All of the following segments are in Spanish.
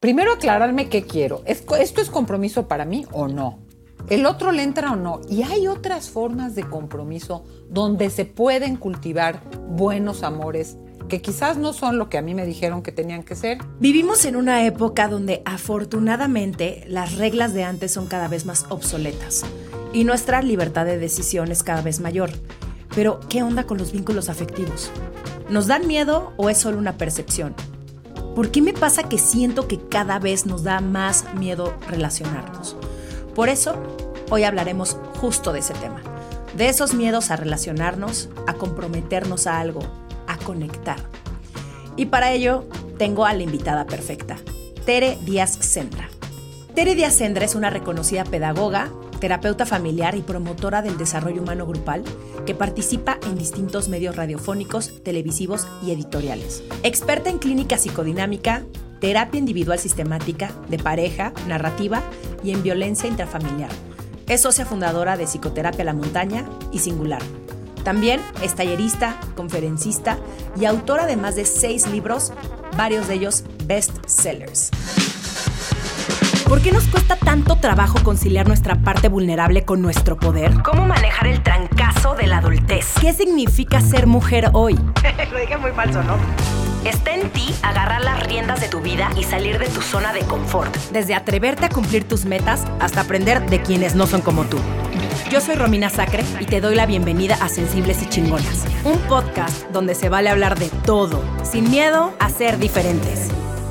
Primero aclararme qué quiero. ¿Esto es compromiso para mí o no? ¿El otro le entra o no? Y hay otras formas de compromiso donde se pueden cultivar buenos amores que quizás no son lo que a mí me dijeron que tenían que ser. Vivimos en una época donde afortunadamente las reglas de antes son cada vez más obsoletas y nuestra libertad de decisión es cada vez mayor. Pero, ¿qué onda con los vínculos afectivos? ¿Nos dan miedo o es solo una percepción? ¿Por qué me pasa que siento que cada vez nos da más miedo relacionarnos? Por eso, hoy hablaremos justo de ese tema. De esos miedos a relacionarnos, a comprometernos a algo, a conectar. Y para ello, tengo a la invitada perfecta, Tere Díaz Sendra. Tere Díaz Sendra es una reconocida pedagoga, terapeuta familiar y promotora del desarrollo humano grupal que participa en distintos medios radiofónicos, televisivos y editoriales. Experta en clínica psicodinámica, terapia individual sistemática, de pareja, narrativa y en violencia intrafamiliar. Es socia fundadora de Psicoterapia La Montaña y Singular. También es tallerista, conferencista y autora de más de 6 libros, varios de ellos bestsellers. ¿Por qué nos cuesta tanto trabajo conciliar nuestra parte vulnerable con nuestro poder? ¿Cómo manejar el trancazo de la adultez? ¿Qué significa ser mujer hoy? Lo dije muy falso, ¿no? Está en ti agarrar las riendas de tu vida y salir de tu zona de confort. Desde atreverte a cumplir tus metas hasta aprender de quienes no son como tú. Yo soy Romina Sacre y te doy la bienvenida a Sensibles y Chingonas, un podcast donde se vale hablar de todo, sin miedo a ser diferentes.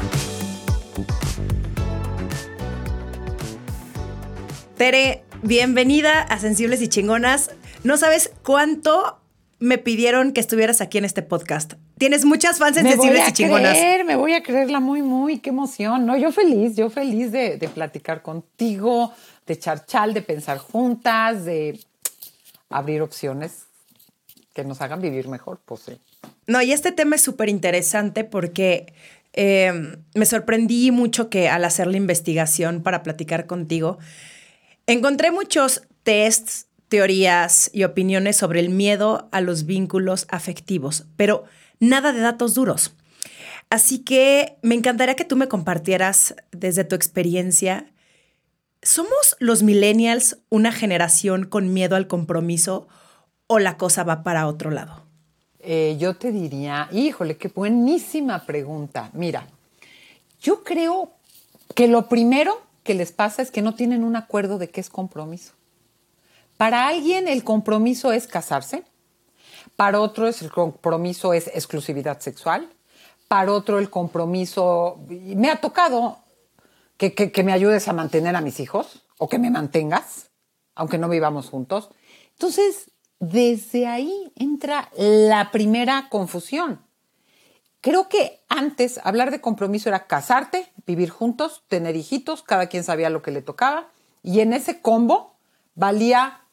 Tere, bienvenida a Sensibles y Chingonas. No sabes cuánto me pidieron que estuvieras aquí en este podcast. Tienes muchas fans en Sensibles y Chingonas. Me voy a creerla muy, qué emoción. No, yo feliz de platicar contigo, de charchal, de pensar juntas, de abrir opciones que nos hagan vivir mejor, pues sí. No, y este tema es súper interesante porque me sorprendí mucho que al hacer la investigación para platicar contigo, encontré muchos tests, teorías y opiniones sobre el miedo a los vínculos afectivos, pero nada de datos duros. Así que me encantaría que tú me compartieras desde tu experiencia. ¿Somos los millennials una generación con miedo al compromiso o la cosa va para otro lado? Yo te diría, híjole, qué buenísima pregunta. Mira, yo creo que lo primero que les pasa es que no tienen un acuerdo de qué es compromiso. Para alguien el compromiso es casarse, para otro el compromiso es exclusividad sexual, para otro el compromiso, me ha tocado que me ayudes a mantener a mis hijos o que me mantengas, aunque no vivamos juntos. Entonces, desde ahí entra la primera confusión. Creo que antes hablar de compromiso era casarte, vivir juntos, tener hijitos, cada quien sabía lo que le tocaba, y en ese combo valía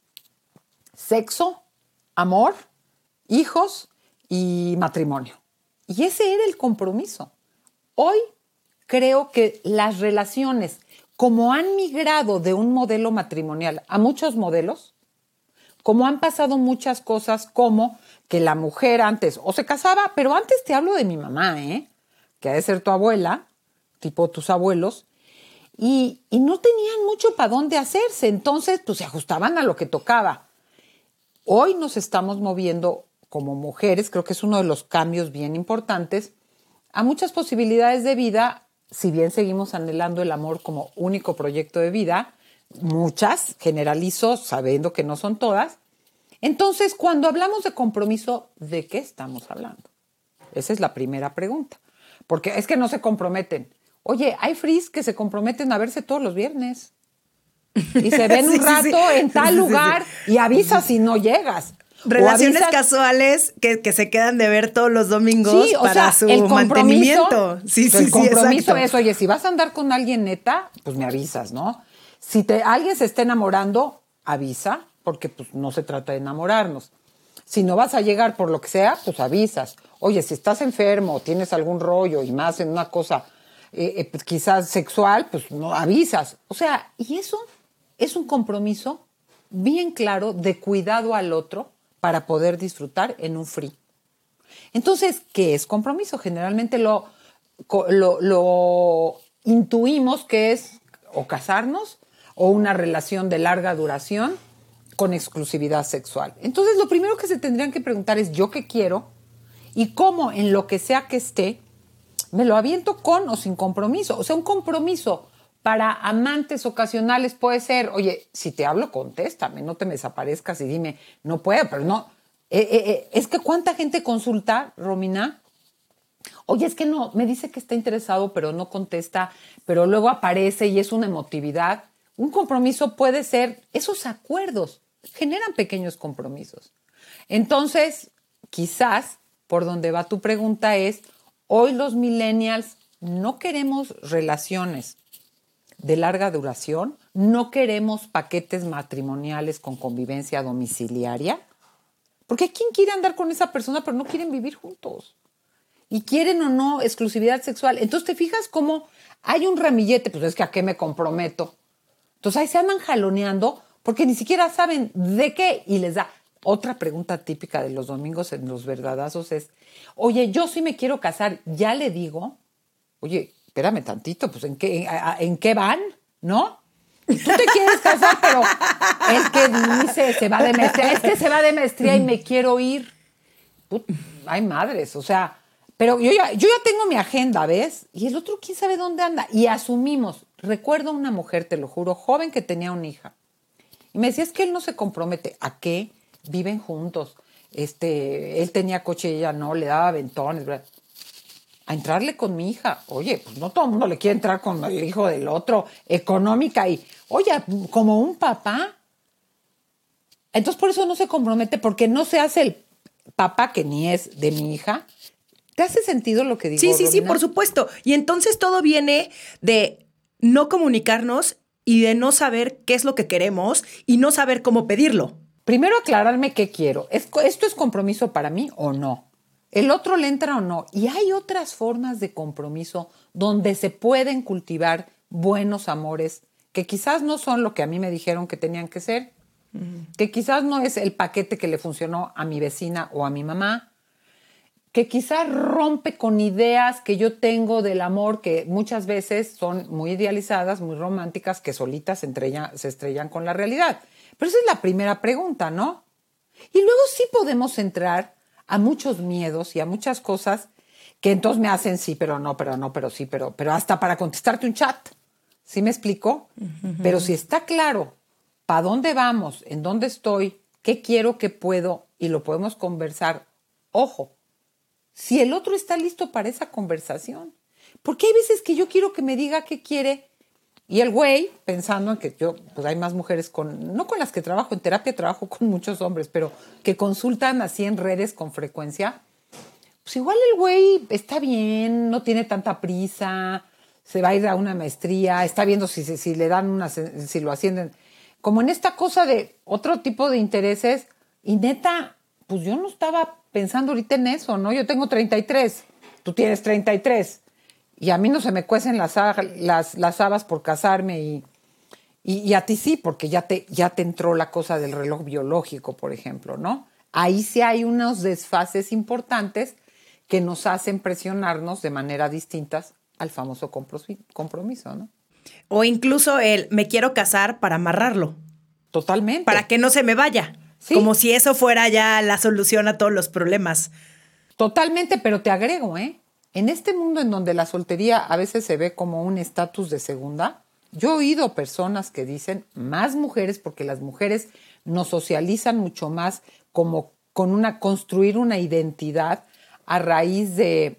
sexo, amor, hijos y matrimonio. Y ese era el compromiso. Hoy creo que las relaciones, como han migrado de un modelo matrimonial a muchos modelos, como han pasado muchas cosas, como que la mujer antes o se casaba, pero antes te hablo de mi mamá, que ha de ser tu abuela, tipo tus abuelos, y no tenían mucho para dónde hacerse, entonces pues se ajustaban a lo que tocaba. Hoy nos estamos moviendo como mujeres, creo que es uno de los cambios bien importantes, a muchas posibilidades de vida, si bien seguimos anhelando el amor como único proyecto de vida, muchas, generalizo, sabiendo que no son todas. Entonces, cuando hablamos de compromiso, ¿de qué estamos hablando? Esa es la primera pregunta. Porque es que no se comprometen. Oye, hay fris que se comprometen a verse todos los viernes. Y se ven un rato en tal lugar y avisas si no llegas. Relaciones casuales que se quedan de ver todos los domingos para su mantenimiento. El compromiso es, oye, si vas a andar con alguien neta, pues me avisas, ¿no? Si alguien se está enamorando, avisa, porque pues no se trata de enamorarnos. Si no vas a llegar por lo que sea, pues avisas. Oye, si estás enfermo, tienes algún rollo y más en una cosa pues quizás sexual, pues no avisas. O sea, y eso es un compromiso bien claro de cuidado al otro para poder disfrutar en un free. Entonces, ¿qué es compromiso? Generalmente lo intuimos que es o casarnos o una relación de larga duración con exclusividad sexual. Entonces, lo primero que se tendrían que preguntar es ¿yo qué quiero? Y cómo en lo que sea que esté, me lo aviento con o sin compromiso. O sea, un compromiso para amantes ocasionales puede ser, oye, si te hablo, contéstame, no te me desaparezcas y dime, no puedo, pero no. Es que ¿cuánta gente consulta, Romina? Oye, es que no, me dice que está interesado, pero no contesta, pero luego aparece y es una emotividad. Un compromiso puede ser, esos acuerdos generan pequeños compromisos. Entonces, quizás, por donde va tu pregunta es, hoy los millennials no queremos relaciones de larga duración, no queremos paquetes matrimoniales con convivencia domiciliaria, porque hay quien quiere andar con esa persona, pero no quieren vivir juntos. Y quieren o no exclusividad sexual. Entonces, ¿te fijas cómo hay un ramillete? Pues es que ¿a qué me comprometo? Entonces, ahí se andan jaloneando porque ni siquiera saben de qué. Y les da otra pregunta típica de los domingos en los verdadazos es, oye, yo sí me quiero casar, ya le digo, oye, espérame tantito, pues ¿en qué van? ¿No? Tú te quieres casar, pero es que dice, se va de maestría, es que se va de maestría y me quiero ir. Ay, madres, o sea, pero yo ya tengo mi agenda, ¿ves? Y el otro, quién sabe dónde anda. Y asumimos, recuerdo a una mujer, te lo juro, joven que tenía una hija. Y me decía, es que él no se compromete. ¿A qué? Viven juntos. Él tenía coche y ella no, le daba aventones, ¿verdad? A entrarle con mi hija. Oye, pues no todo el mundo le quiere entrar con el hijo del otro, económica y, oye, como un papá. Entonces por eso no se compromete, porque no se hace el papá que ni es de mi hija. ¿Te hace sentido lo que digo, Sí, Romina? por supuesto. Y entonces todo viene de no comunicarnos y de no saber qué es lo que queremos y no saber cómo pedirlo. Primero aclararme qué quiero. ¿Esto es compromiso para mí o no? ¿El otro le entra o no? Y hay otras formas de compromiso donde se pueden cultivar buenos amores que quizás no son lo que a mí me dijeron que tenían que ser, que quizás no es el paquete que le funcionó a mi vecina o a mi mamá, que quizás rompe con ideas que yo tengo del amor que muchas veces son muy idealizadas, muy románticas, que solitas se estrellan con la realidad. Pero esa es la primera pregunta, ¿no? Y luego sí podemos entrar a muchos miedos y a muchas cosas que entonces me hacen sí, pero no, pero sí, pero hasta para contestarte un chat. ¿Sí me explico? Pero si está claro para dónde vamos, en dónde estoy, qué quiero, qué puedo, y lo podemos conversar, ojo, si el otro está listo para esa conversación. Porque hay veces que yo quiero que me diga qué quiere y el güey, pensando en que yo, pues hay más mujeres no con las que trabajo en terapia, trabajo con muchos hombres, pero que consultan así en redes con frecuencia, pues igual el güey está bien, no tiene tanta prisa, se va a ir a una maestría, está viendo si le dan si lo ascienden. Como en esta cosa de otro tipo de intereses, y neta, pues yo no estaba pensando ahorita en eso, ¿no? Yo tengo 33, tú tienes 33. Y a mí no se me cuecen las habas por casarme y a ti sí, porque ya te entró la cosa del reloj biológico, por ejemplo, ¿no? Ahí sí hay unos desfases importantes que nos hacen presionarnos de manera distintas al famoso compromiso, ¿no? O incluso el me quiero casar para amarrarlo. Totalmente. Para que no se me vaya. Sí. Como si eso fuera ya la solución a todos los problemas. Totalmente, pero te agrego, en este mundo en donde la soltería a veces se ve como un estatus de segunda, yo he oído personas que dicen, más mujeres, porque las mujeres nos socializan mucho más como construir una identidad a raíz del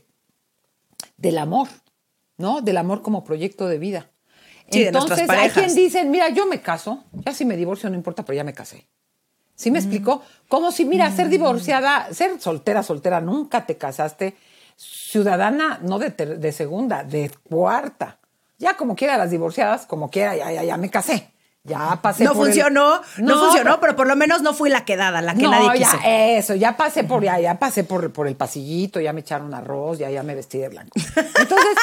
amor, ¿no? Del amor como proyecto de vida. Sí, entonces, hay quien dice, mira, yo me caso, ya si me divorcio no importa, pero ya me casé. ¿Sí me explico? Como si, mira, ser divorciada, ser soltera, nunca te casaste, ciudadana, no de segunda, de cuarta. Ya como quiera las divorciadas, como quiera, ya me casé. Ya pasé no funcionó, pero por lo menos no fui la quedada, la que nadie quiso. Ya pasé por el pasillito, ya me echaron arroz, ya me vestí de blanco. Entonces,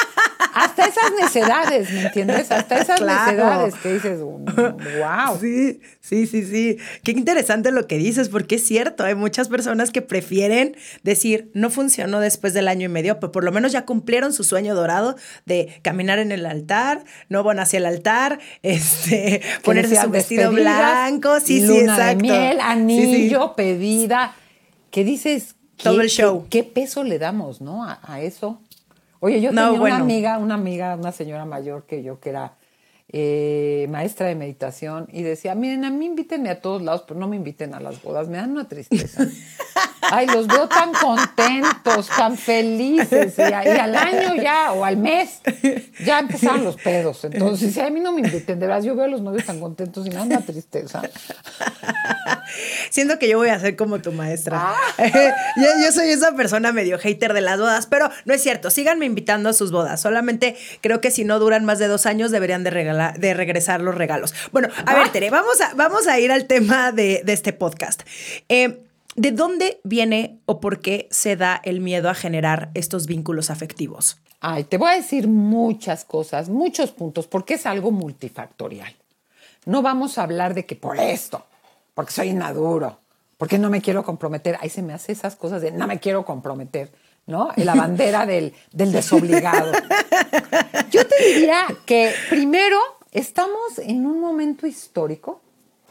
hasta esas necedades, ¿me entiendes? Hasta esas necedades que dices, wow. Sí. Qué interesante lo que dices, porque es cierto, hay muchas personas que prefieren decir, no funcionó después del año y medio, pero por lo menos ya cumplieron su sueño dorado de caminar en el altar, no van hacia el altar, ponerse su vestido blanco, luna de miel, anillo, pedida, que dices, todo el show. ¿Qué peso le damos, no? A eso. Oye, yo tenía una amiga, una señora mayor que yo, que era maestra de meditación, y decía, miren, a mí invítenme a todos lados, pero no me inviten a las bodas, me dan una tristeza. Ay, los veo tan contentos, tan felices, y al año ya, o al mes, ya empezaron los pedos. Entonces, a mí no me inviten, de verdad, yo veo a los novios tan contentos y me dan una tristeza. Siento que yo voy a ser como tu maestra. Yo soy esa persona medio hater de las bodas, pero no es cierto. Síganme invitando a sus bodas. Solamente creo que si no duran más de 2 años deberían de regresar los regalos. Bueno, a ver, Tere, vamos a ir al tema de este podcast. ¿De dónde viene o por qué se da el miedo a generar estos vínculos afectivos? Ay, te voy a decir muchas cosas, muchos puntos, porque es algo multifactorial. No vamos a hablar de que por esto, porque soy inmaduro, porque no me quiero comprometer. Ahí se me hace esas cosas de no me quiero comprometer, ¿no? La bandera del desobligado. Yo te diría que primero estamos en un momento histórico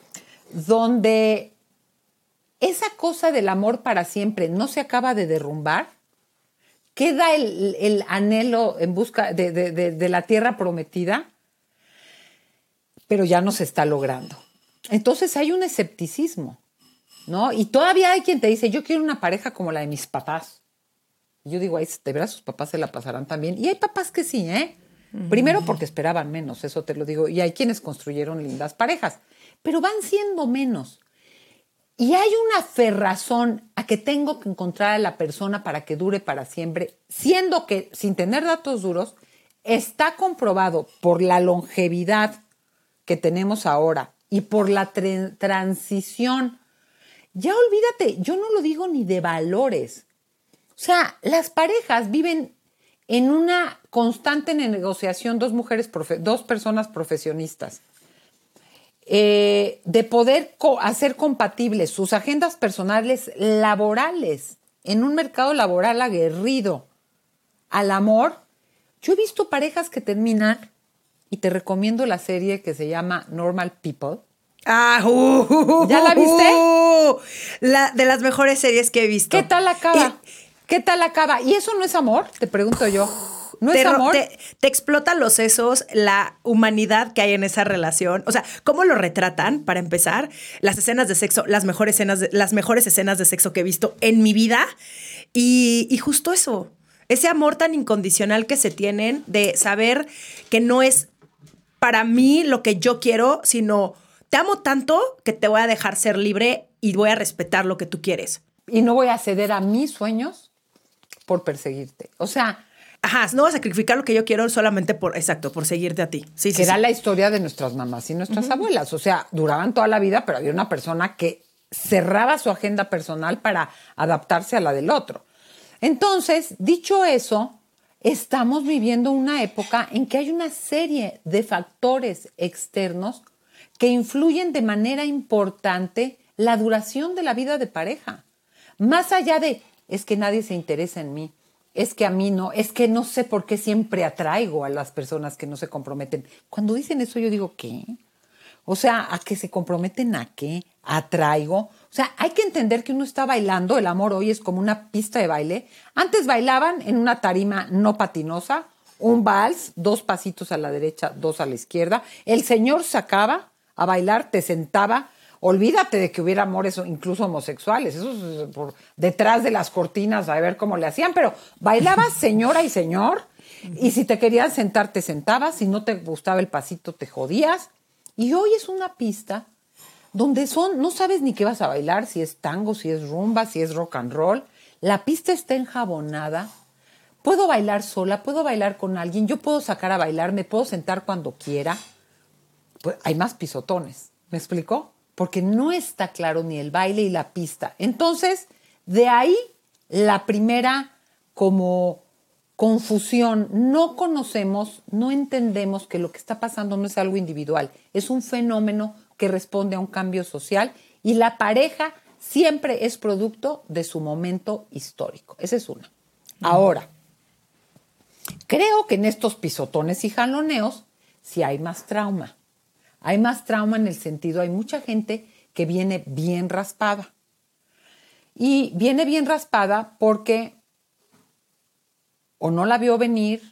donde esa cosa del amor para siempre no se acaba de derrumbar. Queda el anhelo en busca de la tierra prometida, pero ya no se está logrando. Entonces hay un escepticismo, ¿no? Y todavía hay quien te dice, yo quiero una pareja como la de mis papás. Y yo digo, ay, de veras sus papás se la pasarán también. Y hay papás que sí, ¿eh? Primero porque esperaban menos, eso te lo digo. Y hay quienes construyeron lindas parejas, pero van siendo menos. Y hay una aferrazón a que tengo que encontrar a la persona para que dure para siempre, siendo que, sin tener datos duros, está comprobado por la longevidad que tenemos ahora y por la transición. Ya olvídate, yo no lo digo ni de valores. O sea, las parejas viven en una constante negociación, dos personas profesionistas. De poder hacer compatibles sus agendas personales laborales en un mercado laboral aguerrido al amor. Yo he visto parejas que terminan, y te recomiendo la serie que se llama Normal People. ¿Ya la viste? De las mejores series que he visto. ¿Qué tal acaba? ¿Qué tal acaba? ¿Y eso no es amor? Te pregunto yo. ¿No es amor? Te explotan los sesos, la humanidad que hay en esa relación. O sea, cómo lo retratan, para empezar, las escenas de sexo, las mejores escenas de sexo que he visto en mi vida. Y justo eso, ese amor tan incondicional que se tienen de saber que no es para mí lo que yo quiero, sino te amo tanto que te voy a dejar ser libre y voy a respetar lo que tú quieres. Y no voy a ceder a mis sueños por perseguirte. O sea, no voy a sacrificar lo que yo quiero solamente por seguirte a ti. Sí, que era la historia de nuestras mamás y nuestras abuelas. O sea, duraban toda la vida, pero había una persona que cerraba su agenda personal para adaptarse a la del otro. Entonces, dicho eso, estamos viviendo una época en que hay una serie de factores externos que influyen de manera importante la duración de la vida de pareja. Más allá de, es que nadie se interesa en mí, es que a mí no, es que no sé por qué siempre atraigo a las personas que no se comprometen. Cuando dicen eso yo digo, ¿qué? O sea, ¿a qué se comprometen? ¿A qué? ¿Atraigo? O sea, hay que entender que uno está bailando, el amor hoy es como una pista de baile. Antes bailaban en una tarima no patinosa, un vals, 2 pasitos a la derecha, 2 a la izquierda. El señor sacaba a bailar, te sentaba. Olvídate de que hubiera amores incluso homosexuales, eso es por detrás de las cortinas, a ver cómo le hacían, pero bailabas señora y señor, y si te querías sentar, te sentabas, si no te gustaba el pasito, te jodías. Y hoy es una pista donde no sabes ni qué vas a bailar, si es tango, si es rumba, si es rock and roll. La pista está enjabonada. Puedo bailar sola, puedo bailar con alguien, yo puedo sacar a bailar, me puedo sentar cuando quiera. Pues hay más pisotones, ¿me explicó? Porque no está claro ni el baile y la pista. Entonces, de ahí la primera como confusión, no conocemos, no entendemos que lo que está pasando no es algo individual, es un fenómeno que responde a un cambio social y la pareja siempre es producto de su momento histórico. Esa es una. Ahora, creo que en estos pisotones y jaloneos sí hay más trauma. Hay más trauma en el sentido, hay mucha gente que viene bien raspada. Y viene bien raspada porque o no la vio venir,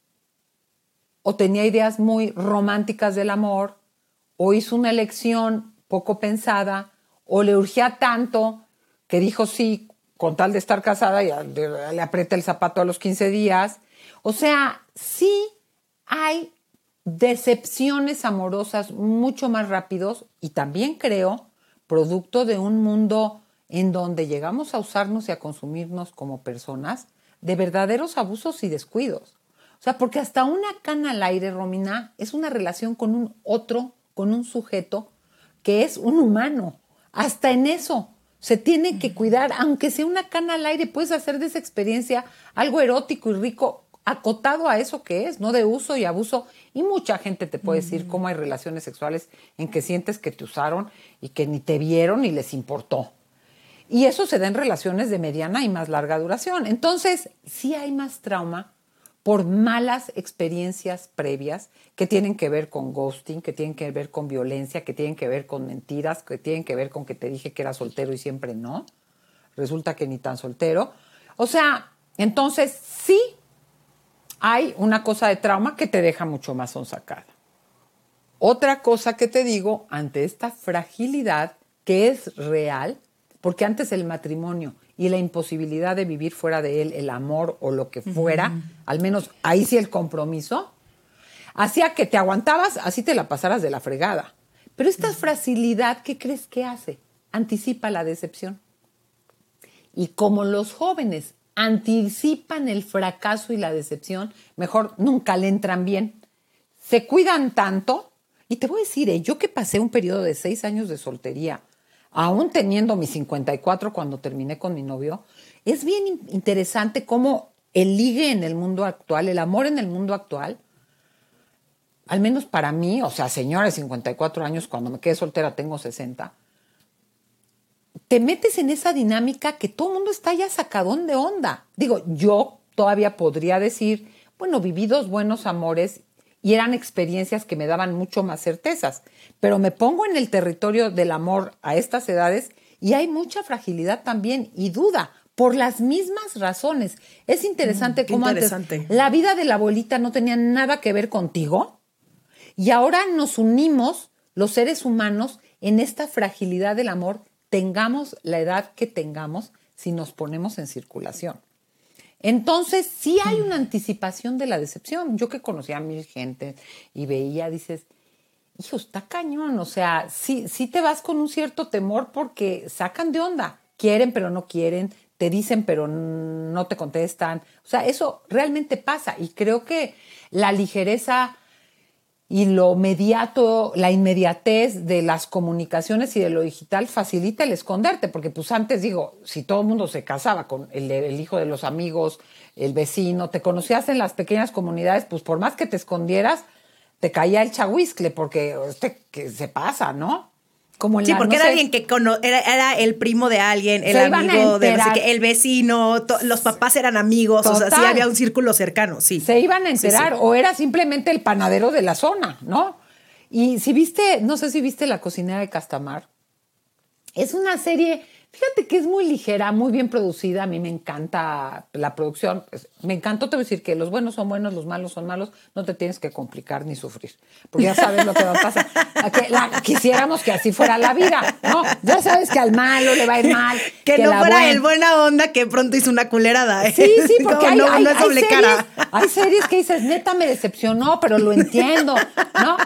o tenía ideas muy románticas del amor, o hizo una elección poco pensada, o le urgía tanto que dijo sí con tal de estar casada y le aprieta el zapato a los 15 días. O sea, sí hay decepciones amorosas mucho más rápidos y también creo producto de un mundo en donde llegamos a usarnos y a consumirnos como personas de verdaderos abusos y descuidos. O sea, porque hasta una cana al aire, Romina, es una relación con un otro, con un sujeto que es un humano. Hasta en eso se tiene que cuidar, aunque sea una cana al aire, puedes hacer de esa experiencia algo erótico y rico, acotado a eso que es, no de uso y abuso. Y mucha gente te puede decir cómo hay relaciones sexuales en que sientes que te usaron y que ni te vieron ni les importó. Y eso se da en relaciones de mediana y más larga duración. Entonces, sí hay más trauma por malas experiencias previas que tienen que ver con ghosting, que tienen que ver con violencia, que tienen que ver con mentiras, que tienen que ver con que te dije que era soltero y siempre no. Resulta que ni tan soltero. O sea, entonces sí hay una cosa de trauma que te deja mucho más sonsacada. Otra cosa que te digo ante esta fragilidad que es real, porque antes el matrimonio y la imposibilidad de vivir fuera de él, el amor o lo que fuera, al menos ahí sí el compromiso, hacía que te aguantabas, así te la pasaras de la fregada. Pero esta fragilidad, ¿qué crees que hace? Anticipa la decepción. Y como los jóvenes anticipan el fracaso y la decepción, mejor nunca le entran bien. Se cuidan tanto, y te voy a decir, yo que pasé un periodo de 6 años de soltería, aún teniendo mis 54 cuando terminé con mi novio, es bien interesante cómo el ligue en el mundo actual, el amor en el mundo actual, al menos para mí, o sea, señora de 54 años, cuando me quedé soltera tengo 60, te metes en esa dinámica que todo el mundo está ya sacadón de onda. Digo, yo todavía podría decir, bueno, viví 2 buenos amores y eran experiencias que me daban mucho más certezas. Pero me pongo en el territorio del amor a estas edades y hay mucha fragilidad también y duda por las mismas razones. Es interesante cómo antes la vida de la abuelita no tenía nada que ver contigo y ahora nos unimos los seres humanos en esta fragilidad del amor, tengamos la edad que tengamos si nos ponemos en circulación. Entonces, sí hay una anticipación de la decepción. Yo que conocía a mi gente y veía, dices, hijo, está cañón. O sea, sí te vas con un cierto temor porque sacan de onda. Quieren, pero no quieren. Te dicen, pero no te contestan. O sea, eso realmente pasa. Y creo que la ligereza y lo mediato, la inmediatez de las comunicaciones y de lo digital facilita el esconderte, porque pues antes, digo, si todo el mundo se casaba con el hijo de los amigos, el vecino, te conocías en las pequeñas comunidades, pues por más que te escondieras, te caía el chahuiscle, porque que se pasa, ¿no? Como sí, porque era alguien que era el primo de alguien, el amigo de no sé qué, el vecino, los papás eran amigos, total. O sea, sí había un círculo cercano, sí. Se iban a enterar, sí. O era simplemente el panadero de la zona, ¿no? Y si viste, no sé si viste La cocinera de Castamar, es una serie, fíjate que es muy ligera, muy bien producida, a mí me encanta la producción, me encantó, te voy a decir que los buenos son buenos, los malos son malos, no te tienes que complicar ni sufrir, porque ya sabes lo que va a pasar. Quisiéramos que así fuera la vida, ¿no? Ya sabes que al malo le va a ir mal. Que no fuera el buena onda que pronto hizo una culerada. Sí, porque no es doble series, cara. Hay series que dices, neta me decepcionó, pero lo entiendo, ¿no?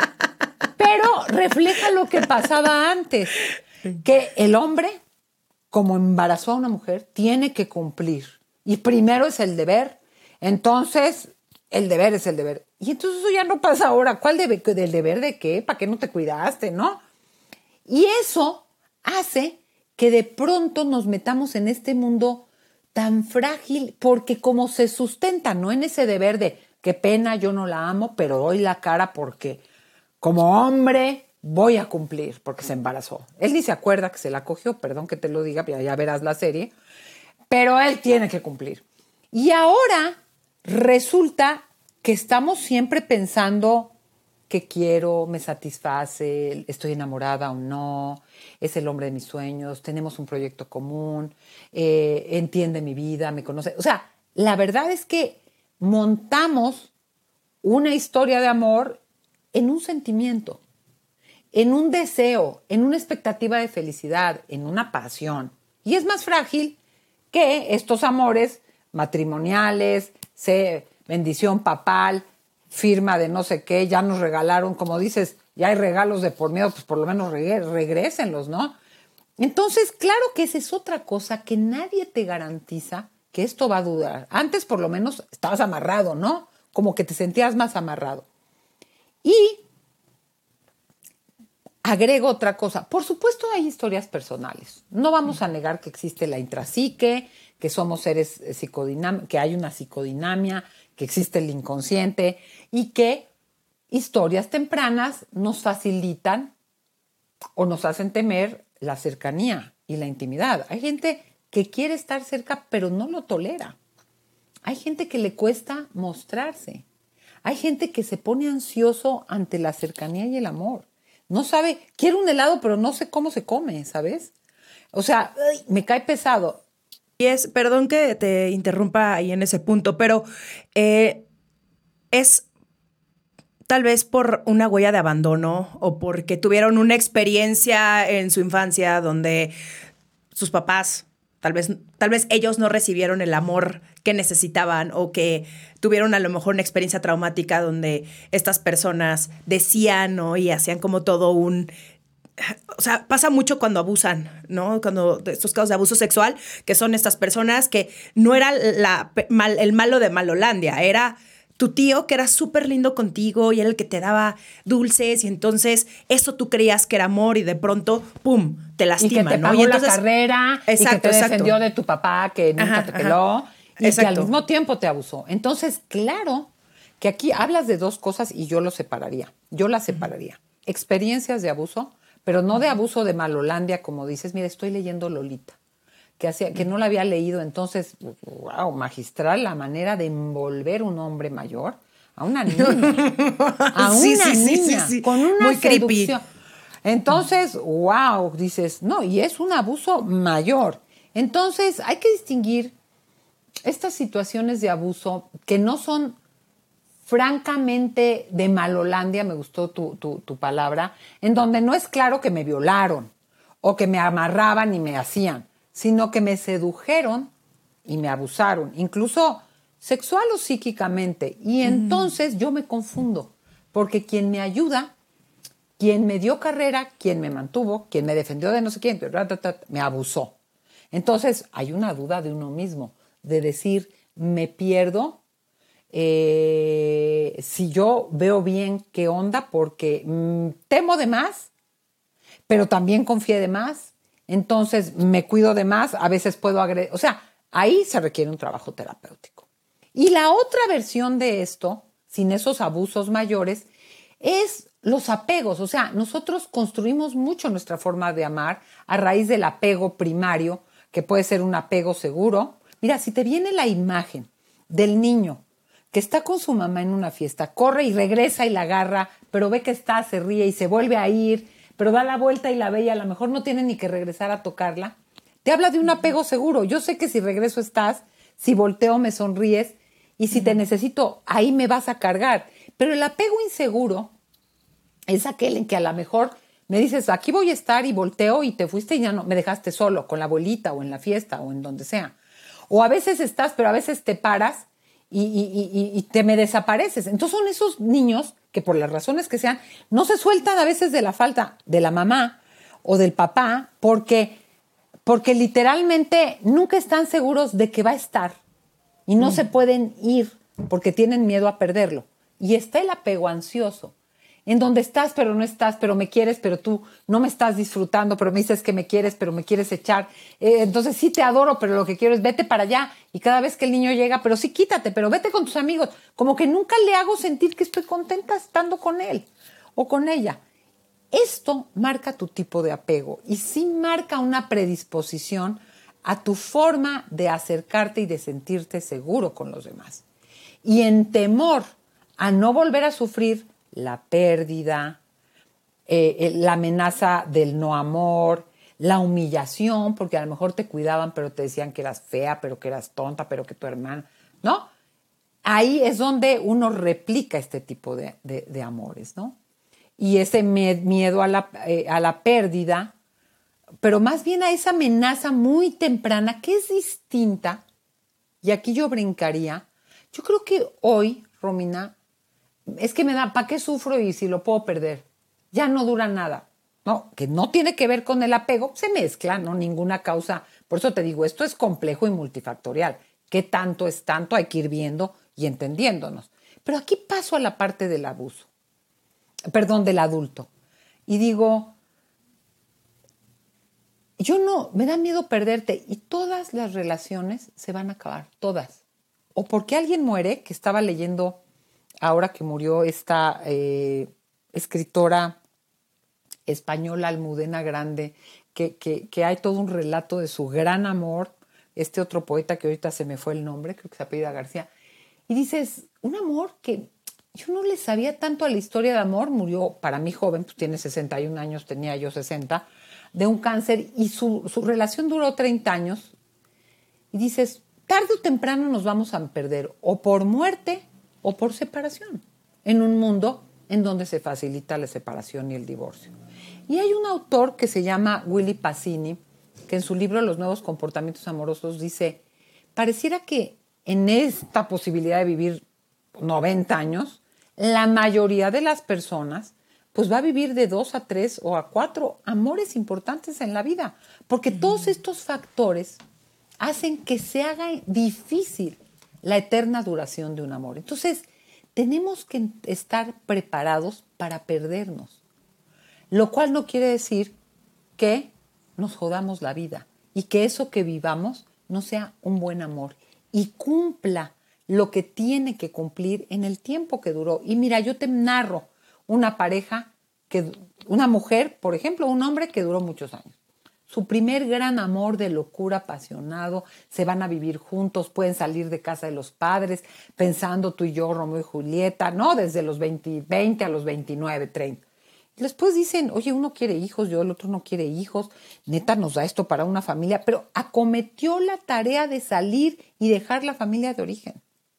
Pero refleja lo que pasaba antes, que el hombre, como embarazó a una mujer, tiene que cumplir. Y primero es el deber. Entonces, el deber es el deber. Y entonces eso ya no pasa ahora. ¿Cuál del deber de qué? ¿Para qué no te cuidaste, no? Y eso hace que de pronto nos metamos en este mundo tan frágil porque como se sustenta, no en ese deber de qué pena, yo no la amo, pero doy la cara porque como hombre voy a cumplir, porque se embarazó. Él ni se acuerda que se la cogió, perdón que te lo diga, ya verás la serie, pero él tiene que cumplir. Y ahora resulta que estamos siempre pensando qué quiero, me satisface, estoy enamorada o no, es el hombre de mis sueños, tenemos un proyecto común, entiende mi vida, me conoce. O sea, la verdad es que montamos una historia de amor en un sentimiento, en un deseo, en una expectativa de felicidad, en una pasión. Y es más frágil que estos amores matrimoniales, bendición papal, firma de no sé qué, ya nos regalaron, como dices, ya hay regalos de por medio, pues por lo menos regrésenlos, ¿no? Entonces, claro que esa es otra cosa que nadie te garantiza que esto va a durar. Antes, por lo menos, estabas amarrado, ¿no? Como que te sentías más amarrado. Y agrego otra cosa. Por supuesto, hay historias personales. No vamos a negar que existe la intrapsique, que somos seres que hay una psicodinamia, que existe el inconsciente y que historias tempranas nos facilitan o nos hacen temer la cercanía y la intimidad. Hay gente que quiere estar cerca pero no lo tolera. Hay gente que le cuesta mostrarse. Hay gente que se pone ansioso ante la cercanía y el amor. No sabe, quiere un helado pero no sé cómo se come, ¿sabes? O sea, me cae pesado. Y perdón que te interrumpa ahí en ese punto, pero es tal vez por una huella de abandono o porque tuvieron una experiencia en su infancia donde sus papás, tal vez ellos no recibieron el amor que necesitaban o que tuvieron a lo mejor una experiencia traumática donde estas personas decían, ¿no? Y hacían como todo un... O sea, pasa mucho cuando abusan, ¿no? Cuando estos casos de abuso sexual, que son estas personas que no era el malo de Malolandia, era tu tío que era súper lindo contigo y era el que te daba dulces y entonces eso tú creías que era amor y de pronto, ¡pum!, te lastima, ¿no? Y que te pagó la carrera, exacto, y que te defendió de tu papá que nunca te peló y que al mismo tiempo te abusó. Entonces, claro que aquí hablas de dos cosas y yo las separaría. Experiencias de abuso, pero no de abuso de Malolandia, como dices. Mira, estoy leyendo Lolita, que no la había leído. Entonces, wow, magistral la manera de envolver un hombre mayor a una niña. Sí, con una muy seducción. Creepy. Entonces, wow, dices, no, y es un abuso mayor. Entonces, hay que distinguir estas situaciones de abuso que no son francamente de Malolandia, me gustó tu palabra, en donde no es claro que me violaron o que me amarraban y me hacían, sino que me sedujeron y me abusaron, incluso sexual o psíquicamente. Y entonces yo me confundo, porque quien me ayuda, quien me dio carrera, quien me mantuvo, quien me defendió de no sé quién, me abusó. Entonces hay una duda de uno mismo, de decir, me pierdo si yo veo bien qué onda, porque temo de más, pero también confié de más, entonces me cuido de más, a veces puedo agredir, o sea, ahí se requiere un trabajo terapéutico. Y la otra versión de esto, sin esos abusos mayores, es los apegos. O sea, nosotros construimos mucho nuestra forma de amar a raíz del apego primario, que puede ser un apego seguro. Mira, si te viene la imagen del niño que está con su mamá en una fiesta, corre y regresa y la agarra, pero ve que está, se ríe y se vuelve a ir, pero da la vuelta y la ve y a lo mejor no tiene ni que regresar a tocarla, te habla de un apego seguro. Yo sé que si regreso estás, si volteo me sonríes y si te necesito, ahí me vas a cargar. Pero el apego inseguro es aquel en que a lo mejor me dices, aquí voy a estar y volteo y te fuiste y ya no, me dejaste solo con la abuelita o en la fiesta o en donde sea. O a veces estás, pero a veces te paras y te me desapareces. Entonces son esos niños que por las razones que sean, no se sueltan a veces de la falta de la mamá o del papá porque literalmente nunca están seguros de que va a estar y no se pueden ir porque tienen miedo a perderlo. Y está el apego ansioso, en donde estás pero no estás, pero me quieres, pero tú no me estás disfrutando, pero me dices que me quieres, pero me quieres echar. Entonces sí te adoro, pero lo que quiero es vete para allá. Y cada vez que el niño llega, pero sí quítate, pero vete con tus amigos. Como que nunca le hago sentir que estoy contenta estando con él o con ella. Esto marca tu tipo de apego y sí marca una predisposición a tu forma de acercarte y de sentirte seguro con los demás. Y en temor a no volver a sufrir la pérdida, la amenaza del no amor, la humillación, porque a lo mejor te cuidaban, pero te decían que eras fea, pero que eras tonta, pero que tu hermana, ¿no? Ahí es donde uno replica este tipo de amores, ¿no? Y ese miedo a la pérdida, pero más bien a esa amenaza muy temprana que es distinta, y aquí yo brincaría, yo creo que hoy, Romina, es que me da, ¿para qué sufro y si lo puedo perder? Ya no dura nada, ¿no? Que no tiene que ver con el apego, se mezcla, ¿no? Ninguna causa, por eso te digo, esto es complejo y multifactorial. ¿Qué tanto es tanto? Hay que ir viendo y entendiéndonos. Pero aquí paso a la parte del abuso, perdón, del adulto. Y digo, yo no, me da miedo perderte y todas las relaciones se van a acabar, todas. O porque alguien muere, que estaba leyendo ahora que murió esta escritora española Almudena Grande, que hay todo un relato de su gran amor, este otro poeta que ahorita se me fue el nombre, creo que se apellida García, y dices, un amor que yo no le sabía tanto a la historia de amor, murió para mí joven, pues tiene 61 años, tenía yo 60, de un cáncer, y su relación duró 30 años, y dices, tarde o temprano nos vamos a perder, o por muerte o por separación, en un mundo en donde se facilita la separación y el divorcio. Y hay un autor que se llama Willy Pacini, que en su libro Los nuevos comportamientos amorosos dice, pareciera que en esta posibilidad de vivir 90 años, la mayoría de las personas pues va a vivir de 2 a 3 o a 4 amores importantes en la vida, porque todos estos factores hacen que se haga difícil la eterna duración de un amor. Entonces, tenemos que estar preparados para perdernos, lo cual no quiere decir que nos jodamos la vida y que eso que vivamos no sea un buen amor y cumpla lo que tiene que cumplir en el tiempo que duró. Y mira, yo te narro una pareja, una mujer, por ejemplo, un hombre que duró muchos años. Su primer gran amor de locura apasionado, se van a vivir juntos, pueden salir de casa de los padres, pensando tú y yo, Romeo y Julieta, ¿no? Desde los 20 a los 29, 30. Y después dicen, oye, uno quiere hijos, el otro no quiere hijos, neta nos da esto para una familia, pero acometió la tarea de salir y dejar la familia de origen.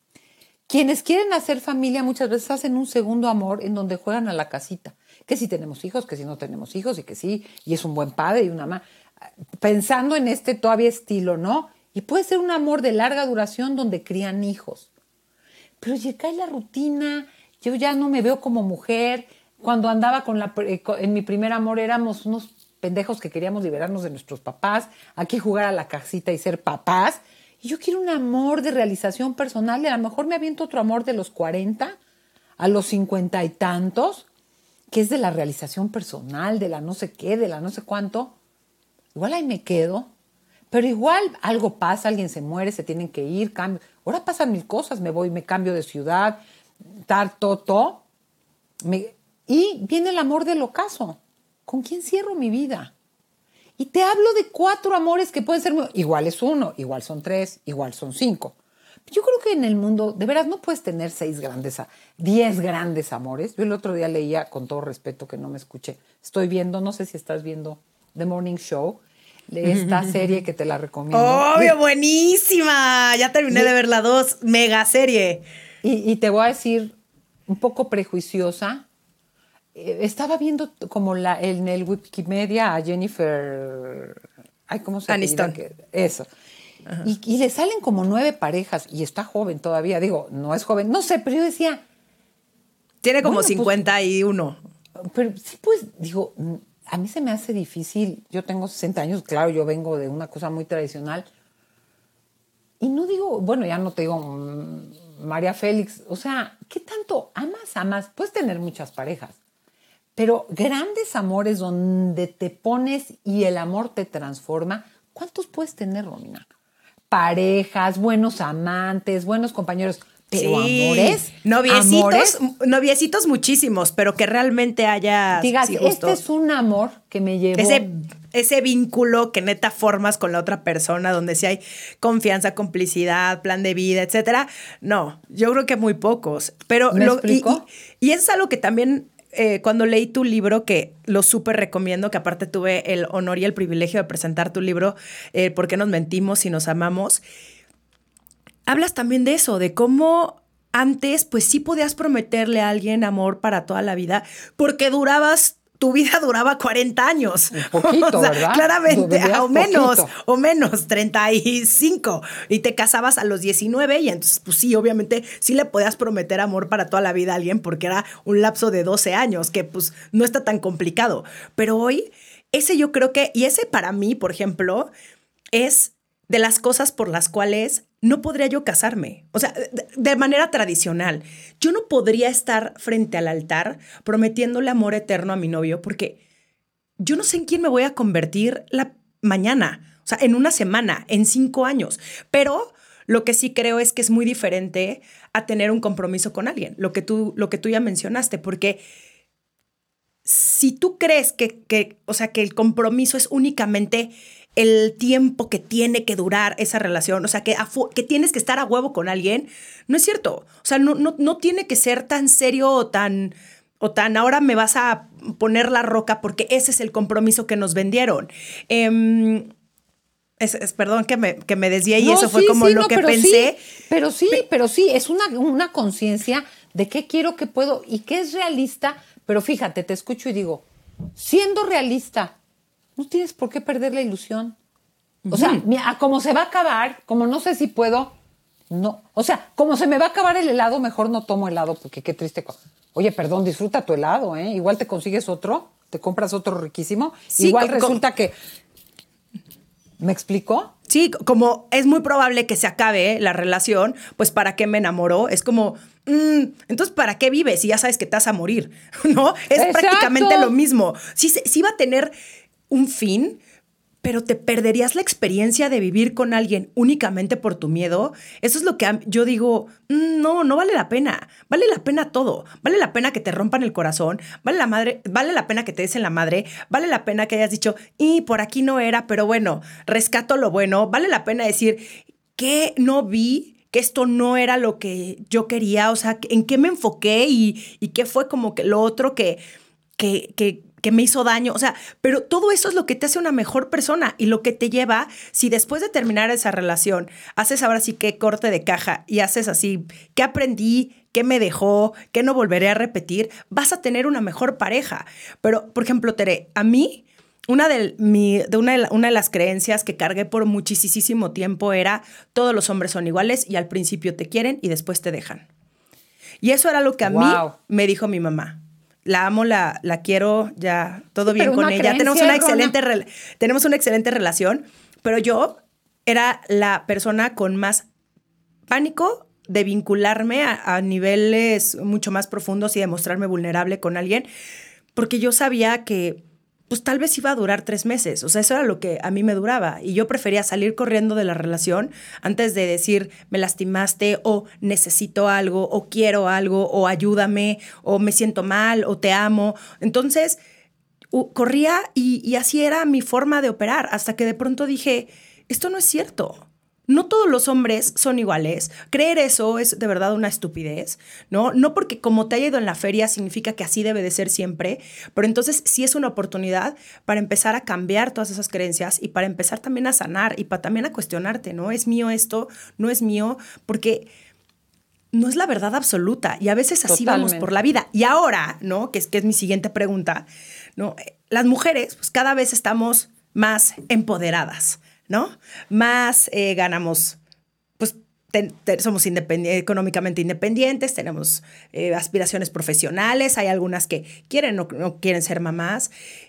Quienes quieren hacer familia muchas veces hacen un segundo amor en donde juegan a la casita, que si tenemos hijos, que si no tenemos hijos y que sí, y es un buen padre y una mamá, pensando en este todavía estilo, ¿no? Y puede ser un amor de larga duración donde crían hijos. Pero ya cae la rutina, yo ya no me veo como mujer. Cuando andaba en mi primer amor éramos unos pendejos que queríamos liberarnos de nuestros papás, aquí jugar a la casita y ser papás. Y yo quiero un amor de realización personal y a lo mejor me aviento otro amor de los 40 a los 50 y tantos, que es de la realización personal, de la no sé qué, de la no sé cuánto. Igual ahí me quedo, pero igual algo pasa, alguien se muere, se tienen que ir, cambio. Ahora pasan mil cosas, me voy, me cambio de ciudad, y viene el amor del ocaso. ¿Con quién cierro mi vida? Y te hablo de 4 amores que pueden ser igual es 1, igual son 3, igual son 5. Yo creo que en el mundo, de veras, no puedes tener 10 grandes amores. Yo el otro día leía, con todo respeto, que no me escuché. Estoy viendo, no sé si estás viendo The Morning Show, esta serie que te la recomiendo. ¡Obvio, buenísima! Ya terminé de ver la 2, mega serie. Y te voy a decir, un poco prejuiciosa, estaba viendo como en el Wikimedia a Jennifer... ¿Cómo se llama? Aniston. Eso. Y le salen como 9 parejas y está joven todavía. Digo, no es joven, no sé, pero yo decía... Tiene como 51. Pero sí, pues, digo, a mí se me hace difícil. Yo tengo 60 años, claro, yo vengo de una cosa muy tradicional. Y no digo, bueno, ya no te digo María Félix. O sea, ¿qué tanto amas? Puedes tener muchas parejas, Pero grandes amores donde te pones y el amor te transforma, ¿cuántos puedes tener, Romina? Parejas, buenos amantes, buenos compañeros, pero amores, noviecitos muchísimos, pero que realmente haya... Digas, este es un amor que me llevó... Ese vínculo que neta formas con la otra persona, donde sí hay confianza, complicidad, plan de vida, etcétera. No, yo creo que muy pocos. Pero ¿Me explico? Y es algo que también... cuando leí tu libro, que lo súper recomiendo, que aparte tuve el honor y el privilegio de presentar tu libro, ¿Por qué nos mentimos y nos amamos? Hablas también de eso, de cómo antes, pues sí podías prometerle a alguien amor para toda la vida, porque tu vida duraba 40 años. Un poquito, o sea, ¿verdad? Claramente, o menos, 35. Y te casabas a los 19 y entonces, pues sí, obviamente, sí le podías prometer amor para toda la vida a alguien porque era un lapso de 12 años, que pues no está tan complicado. Pero hoy, ese yo creo que, y ese para mí, por ejemplo, es de las cosas por las cuales no podría yo casarme. O sea, de manera tradicional. Yo no podría estar frente al altar prometiéndole amor eterno a mi novio porque yo no sé en quién me voy a convertir mañana. O sea, en una semana, en 5 años. Pero lo que sí creo es que es muy diferente a tener un compromiso con alguien. Lo que tú ya mencionaste, porque si tú crees que el compromiso es únicamente el tiempo que tiene que durar esa relación, o sea, que tienes que estar a huevo con alguien, no es cierto. O sea, no tiene que ser tan serio o tan ahora me vas a poner la roca porque ese es el compromiso que nos vendieron. Perdón que me desvié y eso fue como lo que pensé. Pero sí, es una conciencia de qué quiero, qué puedo y qué es realista. Pero fíjate, te escucho y digo, siendo realista, no tienes por qué perder la ilusión. O sea, como se va a acabar, como no sé si puedo, no. O sea, como se me va a acabar el helado, mejor no tomo helado, porque qué triste. Oye, perdón, disfruta tu helado, ¿eh? Igual te consigues otro, te compras otro riquísimo. Sí, igual resulta que... ¿Me explicó? Sí, como es muy probable que se acabe la relación, pues ¿para qué me enamoró? Es como, entonces ¿para qué vives si ya sabes que te vas a morir? ¿No? Es Exacto. Prácticamente lo mismo. Sí va a tener un fin, pero te perderías la experiencia de vivir con alguien únicamente por tu miedo. Eso es lo que yo digo, no vale la pena. Vale la pena todo. Vale la pena que te rompan el corazón. Vale la pena que te des en la madre. Vale la pena que hayas dicho, y por aquí no era, pero bueno, rescato lo bueno. Vale la pena decir que no vi, que esto no era lo que yo quería. O sea, en qué me enfoqué y qué fue como que lo otro que me hizo daño, o sea, pero todo eso es lo que te hace una mejor persona y lo que te lleva, si después de terminar esa relación, haces ahora sí que corte de caja y haces así, ¿qué aprendí? ¿Qué me dejó? ¿Qué no volveré a repetir? Vas a tener una mejor pareja. Pero, por ejemplo, Tere, a mí, una de las creencias que cargué por muchísimo tiempo era todos los hombres son iguales y al principio te quieren y después te dejan. Y eso era lo que a mí me dijo mi mamá. La amo, la quiero, ya todo bien con ella. Tenemos una excelente relación, pero yo era la persona con más pánico de vincularme a niveles mucho más profundos y de mostrarme vulnerable con alguien, porque yo sabía que pues tal vez iba a durar 3 meses. O sea, eso era lo que a mí me duraba. Y yo prefería salir corriendo de la relación antes de decir, me lastimaste, o necesito algo, o quiero algo, o ayúdame, o me siento mal, o te amo. Entonces, corría y así era mi forma de operar. Hasta que de pronto dije, esto no es cierto. No todos los hombres son iguales. Creer eso es de verdad una estupidez, ¿no? No porque como te haya ido en la feria significa que así debe de ser siempre, pero entonces sí es una oportunidad para empezar a cambiar todas esas creencias y para empezar también a sanar y para también a cuestionarte, ¿no? ¿Es mío esto? ¿No es mío? Porque no es la verdad absoluta y a veces así vamos por la vida. Y ahora, ¿no? Que es mi siguiente pregunta, ¿no? Las mujeres, pues cada vez estamos más empoderadas, ¿no? Más ganamos, pues somos económicamente independientes, tenemos aspiraciones profesionales, hay algunas que quieren o no quieren ser mamás.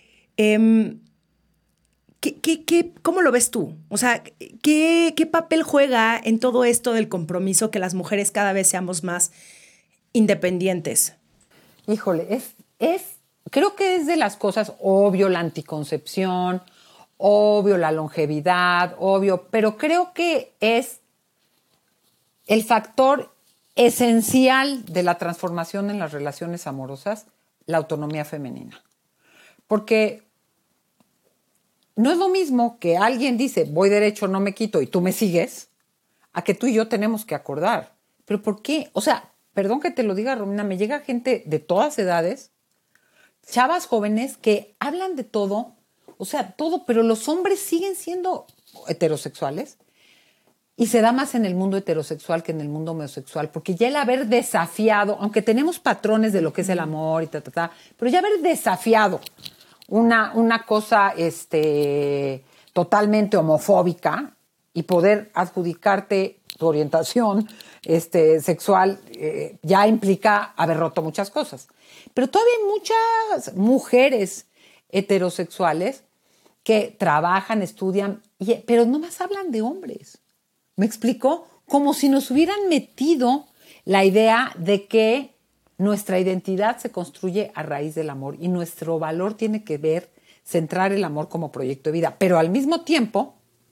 ¿Cómo lo ves tú? O sea, ¿qué papel juega en todo esto del compromiso que las mujeres cada vez seamos más independientes? Híjole, es creo que es de las cosas, obvio la anticoncepción, obvio la longevidad, obvio, pero creo que es el factor esencial de la transformación en las relaciones amorosas, la autonomía femenina. Porque no es lo mismo que alguien dice, voy derecho, no me quito, y tú me sigues, a que tú y yo tenemos que acordar. ¿Pero por qué? O sea, perdón que te lo diga, Romina, me llega gente de todas edades, chavas jóvenes que hablan de todo, o sea, todo, pero los hombres siguen siendo heterosexuales y se da más en el mundo heterosexual que en el mundo homosexual, porque ya el haber desafiado, aunque tenemos patrones de lo que es el amor y pero ya haber desafiado una cosa totalmente homofóbica y poder adjudicarte tu orientación sexual ya implica haber roto muchas cosas. Pero todavía hay muchas mujeres heterosexuales que trabajan, estudian, pero no más hablan de hombres. ¿Me explico? Como si nos hubieran metido la idea de que nuestra identidad se construye a raíz del amor y nuestro valor tiene que ver, centrar el amor como proyecto de vida. Pero al mismo tiempo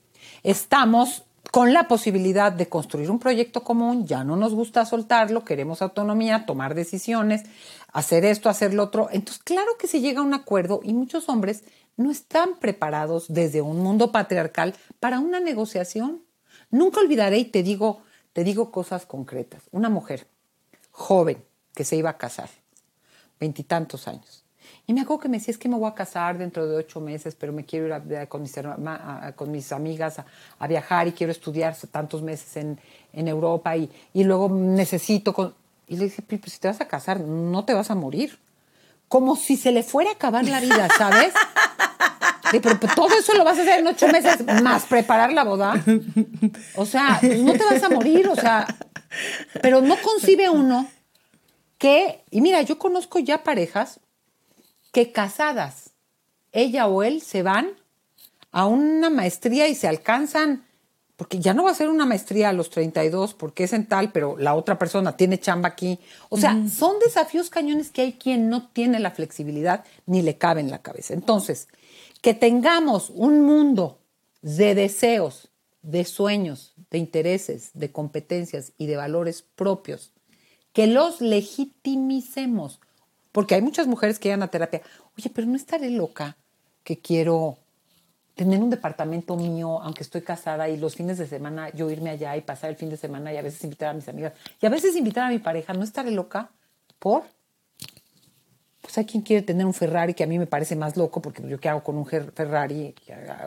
estamos con la posibilidad de construir un proyecto común, ya no nos gusta soltarlo, queremos autonomía, tomar decisiones, hacer esto, hacer lo otro. Entonces, claro que se llega a un acuerdo y muchos hombres no están preparados desde un mundo patriarcal para una negociación. Nunca olvidaré y te digo cosas concretas. Una mujer joven que se iba a casar, 20 y tantos años. Y me acuerdo que me decía, es que me voy a casar dentro de 8 meses, pero me quiero ir con mis amigas a viajar y quiero estudiar tantos meses en Europa y luego necesito... Y le dije, pues si te vas a casar, no te vas a morir. Como si se le fuera a acabar la vida, ¿sabes? Pero todo eso lo vas a hacer en 8 meses, más preparar la boda. O sea, no te vas a morir, o sea... Pero no concibe uno que... Y mira, yo conozco ya parejas que casadas, ella o él se van a una maestría y se alcanzan, porque ya no va a ser una maestría a los 32 porque es en tal, pero la otra persona tiene chamba aquí. O sea, son desafíos cañones que hay quien no tiene la flexibilidad ni le cabe en la cabeza. Entonces, que tengamos un mundo de deseos, de sueños, de intereses, de competencias y de valores propios, que los legitimicemos. Porque hay muchas mujeres que llegan a terapia. Oye, pero no estaré loca que quiero tener un departamento mío, aunque estoy casada, y los fines de semana yo irme allá y pasar el fin de semana y a veces invitar a mis amigas y a veces invitar a mi pareja. ¿No estaré loca? ¿Por? Pues hay quien quiere tener un Ferrari que a mí me parece más loco porque yo qué hago con un Ferrari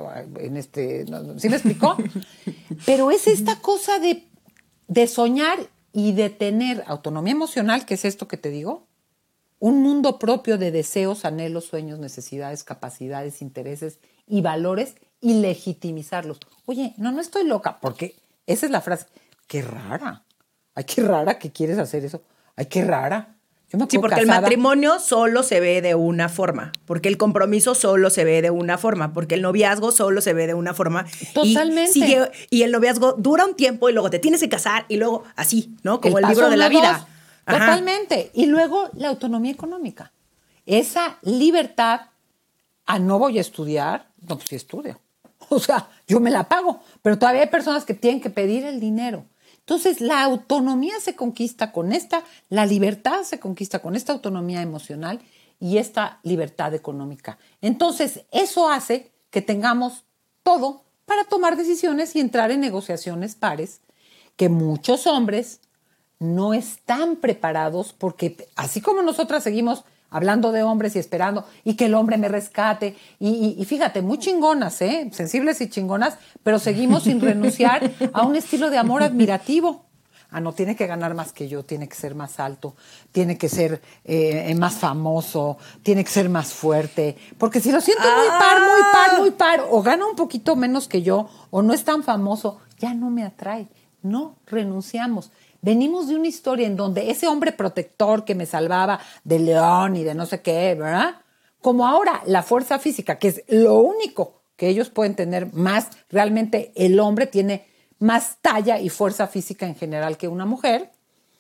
¿sí me explicó? Pero es esta cosa de soñar y de tener autonomía emocional, que es esto que te digo, un mundo propio de deseos, anhelos, sueños, necesidades, capacidades, intereses y valores y legitimizarlos. Oye, no estoy loca, porque esa es la frase. ¡Qué rara! ¡Ay, qué rara que quieres hacer eso! ¡Ay, qué rara! Yo me acuerdo Sí, porque casada. el matrimonio solo se ve de una forma, porque el compromiso solo se ve de una forma, porque el noviazgo solo se ve de una forma. Totalmente. Y el noviazgo dura un tiempo y luego te tienes que casar y luego así, ¿no? Como el libro de la vida. Ajá. Totalmente. Y luego la autonomía económica. Esa libertad a no voy a estudiar, no, pues sí estudio. O sea, yo me la pago, pero todavía hay personas que tienen que pedir el dinero. Entonces, la autonomía se conquista con la libertad se conquista con esta autonomía emocional y esta libertad económica. Entonces, eso hace que tengamos todo para tomar decisiones y entrar en negociaciones pares que muchos hombres no están preparados porque así como nosotras seguimos hablando de hombres y esperando y que el hombre me rescate y fíjate, muy chingonas, sensibles y chingonas, pero seguimos sin renunciar a un estilo de amor admirativo. No tiene que ganar más que yo, tiene que ser más alto, tiene que ser más famoso, tiene que ser más fuerte, porque si lo siento muy par, o gana un poquito menos que yo, o no es tan famoso, ya no me atrae. No renunciamos. Venimos de una historia en donde ese hombre protector que me salvaba del león y de no sé qué, ¿verdad? Como ahora la fuerza física, que es lo único que ellos pueden tener más, realmente el hombre tiene más talla y fuerza física en general que una mujer,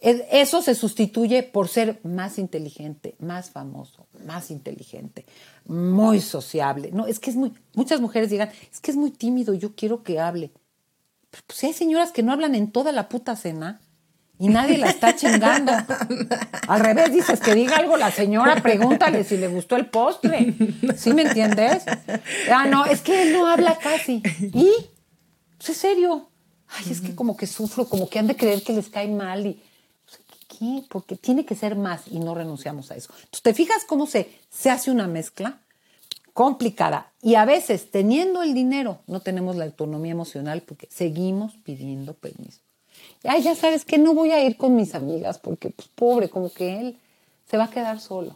Eso se sustituye por ser más inteligente, más famoso, más inteligente, muy sociable. No, es que es muy... Muchas mujeres digan, es que es muy tímido, yo quiero que hable. Pero pues si hay señoras que no hablan en toda la puta cena y nadie la está chingando. Al revés, dices que diga algo la señora, pregúntale si le gustó el postre. ¿Sí me entiendes? Ah, no, es que él no habla casi. ¿Y? Pues es serio. Ay, es que como que sufro, como que han de creer que les cae mal y... ¿Qué? Porque tiene que ser más y no renunciamos a eso. Entonces, ¿te fijas cómo se hace una mezcla complicada? Y a veces, teniendo el dinero, no tenemos la autonomía emocional porque seguimos pidiendo permiso. Ay, ya sabes que no voy a ir con mis amigas porque, pues, pobre, como que él se va a quedar solo.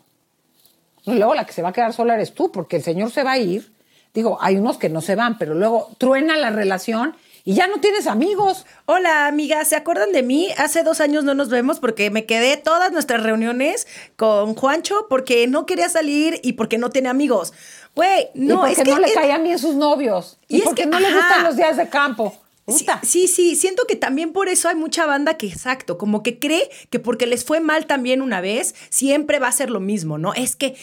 Y luego la que se va a quedar sola eres tú porque el señor se va a ir. Digo, hay unos que no se van, pero luego truena la relación y ya no tienes amigos. Hola, amigas, ¿se acuerdan de mí? Hace 2 años no nos vemos porque me quedé todas nuestras reuniones con Juancho porque no quería salir y porque no tiene amigos. Güey, no, y porque no le caían bien sus novios. Y porque no le gustan los días de campo. Sí, siento que también por eso hay mucha banda que, exacto, como que cree que porque les fue mal también una vez, siempre va a ser lo mismo, ¿no? Es que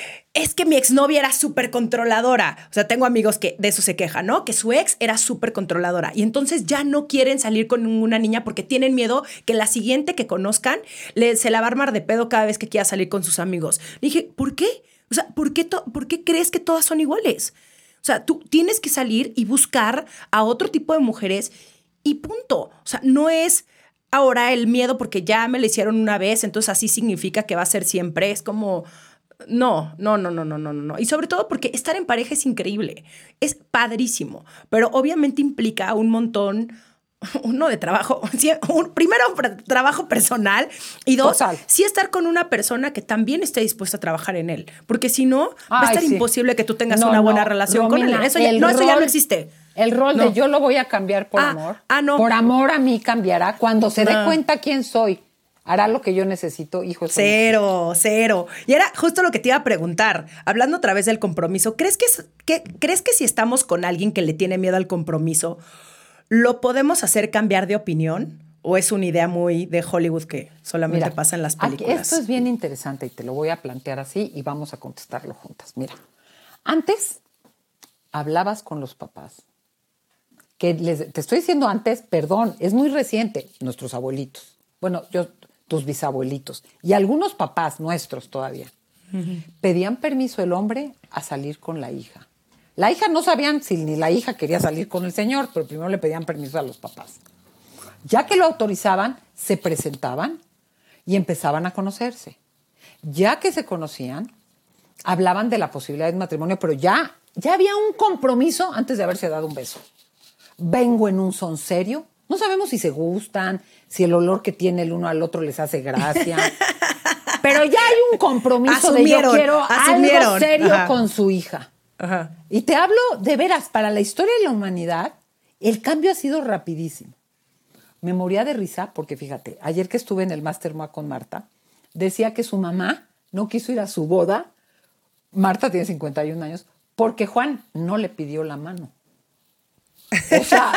mi exnovia era súper controladora. O sea, tengo amigos que de eso se quejan, ¿no? Que su ex era súper controladora. Y entonces ya no quieren salir con una niña porque tienen miedo que la siguiente que conozcan se la va a armar de pedo cada vez que quiera salir con sus amigos. Le dije, ¿por qué? O sea, ¿por qué crees que todas son iguales? O sea, tú tienes que salir y buscar a otro tipo de mujeres y punto. O sea, no es ahora el miedo porque ya me lo hicieron una vez, entonces así significa que va a ser siempre. Es como... No. Y sobre todo porque estar en pareja es increíble, es padrísimo, pero obviamente implica un montón, uno de trabajo, primero trabajo personal y 2, sí estar con una persona que también esté dispuesta a trabajar en él, porque si no, va a estar imposible que tú tengas una buena relación con él. Eso ya no existe. El rol de yo lo voy a cambiar por amor. No. Por amor a mí cambiará cuando se dé cuenta quién soy. Hará lo que yo necesito, hijo. Cero. Y era justo lo que te iba a preguntar. Hablando otra vez del compromiso, ¿crees que si estamos con alguien que le tiene miedo al compromiso, lo podemos hacer cambiar de opinión? ¿O es una idea muy de Hollywood que solamente pasa en las películas? Esto es bien interesante y te lo voy a plantear así y vamos a contestarlo juntas. Mira, antes hablabas con los papás. Te estoy diciendo antes, perdón, es muy reciente, nuestros abuelitos. Bueno, tus bisabuelitos y algunos papás nuestros todavía, pedían permiso el hombre a salir con la hija. La hija no sabían si ni la hija quería salir con el señor, pero primero le pedían permiso a los papás. Ya que lo autorizaban, se presentaban y empezaban a conocerse. Ya que se conocían, hablaban de la posibilidad de un matrimonio, pero ya había un compromiso antes de haberse dado un beso. Vengo en un son serio. No sabemos si se gustan, si el olor que tiene el uno al otro les hace gracia. Pero ya hay un compromiso de yo quiero algo serio con su hija. Ajá. Y te hablo de veras, para la historia de la humanidad, el cambio ha sido rapidísimo. Me moría de risa porque, fíjate, ayer que estuve en el Master MOA con Marta, decía que su mamá no quiso ir a su boda. Marta tiene 51 años, porque Juan no le pidió la mano. O sea,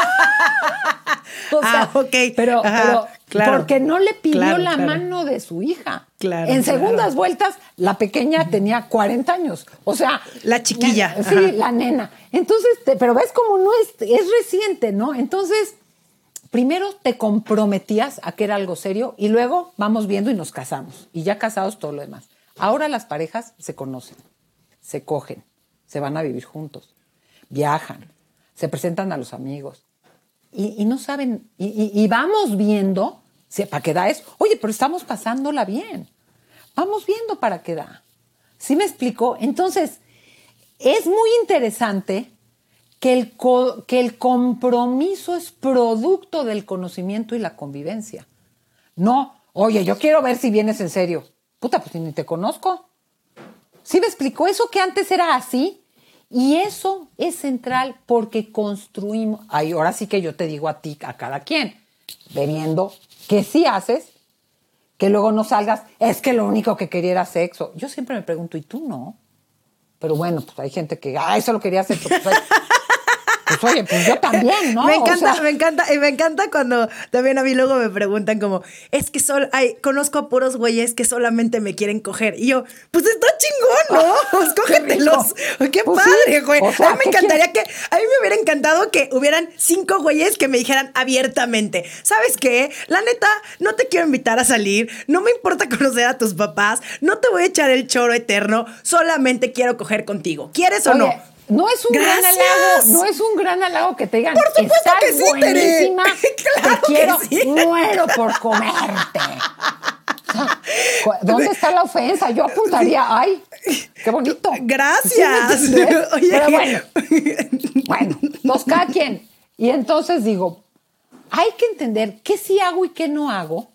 ok. Pero claro, porque no le pidió la mano de su hija. Claro, en segundas vueltas, la pequeña tenía 40 años. O sea, la chiquilla. Sí, la nena. Entonces, pero ves cómo no es reciente, ¿no? Entonces, primero te comprometías a que era algo serio y luego vamos viendo y nos casamos. Y ya casados todo lo demás. Ahora las parejas se conocen, se cogen, se van a vivir juntos, viajan, se presentan a los amigos y no saben, y vamos viendo, ¿para qué da eso? Oye, pero estamos pasándola bien. Vamos viendo para qué da. ¿Sí me explico? Entonces, es muy interesante que el compromiso es producto del conocimiento y la convivencia. No, oye, yo quiero ver si vienes en serio. Puta, pues ni te conozco. ¿Sí me explico? Eso que antes era así. Y eso es central porque construimos. Ay, ahora sí que yo te digo a ti, a cada quien, viendo que sí haces, que luego no salgas, es que lo único que quería era sexo. Yo siempre me pregunto, ¿y tú no? Pero bueno, pues hay gente que, eso lo quería hacer. Pues, Pues oye, pues yo también, ¿no? Me encanta cuando también a mí luego me preguntan como, es que conozco a puros güeyes que solamente me quieren coger. Y yo, pues está chingón, ¿no? Pues cógetelos. Qué Pues padre, sí. güey. O sea, a mí me hubiera encantado que hubieran 5 güeyes que me dijeran abiertamente, ¿sabes qué? La neta, no te quiero invitar a salir, no me importa conocer a tus papás, no te voy a echar el choro eterno, solamente quiero coger contigo. ¿Quieres o no? No es un gran halago, no es un gran halago que te digan, por supuesto estás que sí, buenísima, claro te quiero, que sí. muero por comerte. O sea, ¿dónde está la ofensa? Yo apuntaría, ay, qué bonito. Gracias. ¿Sí? Oye. Pero bueno, pues cada quien. Y entonces digo, hay que entender qué sí hago y qué no hago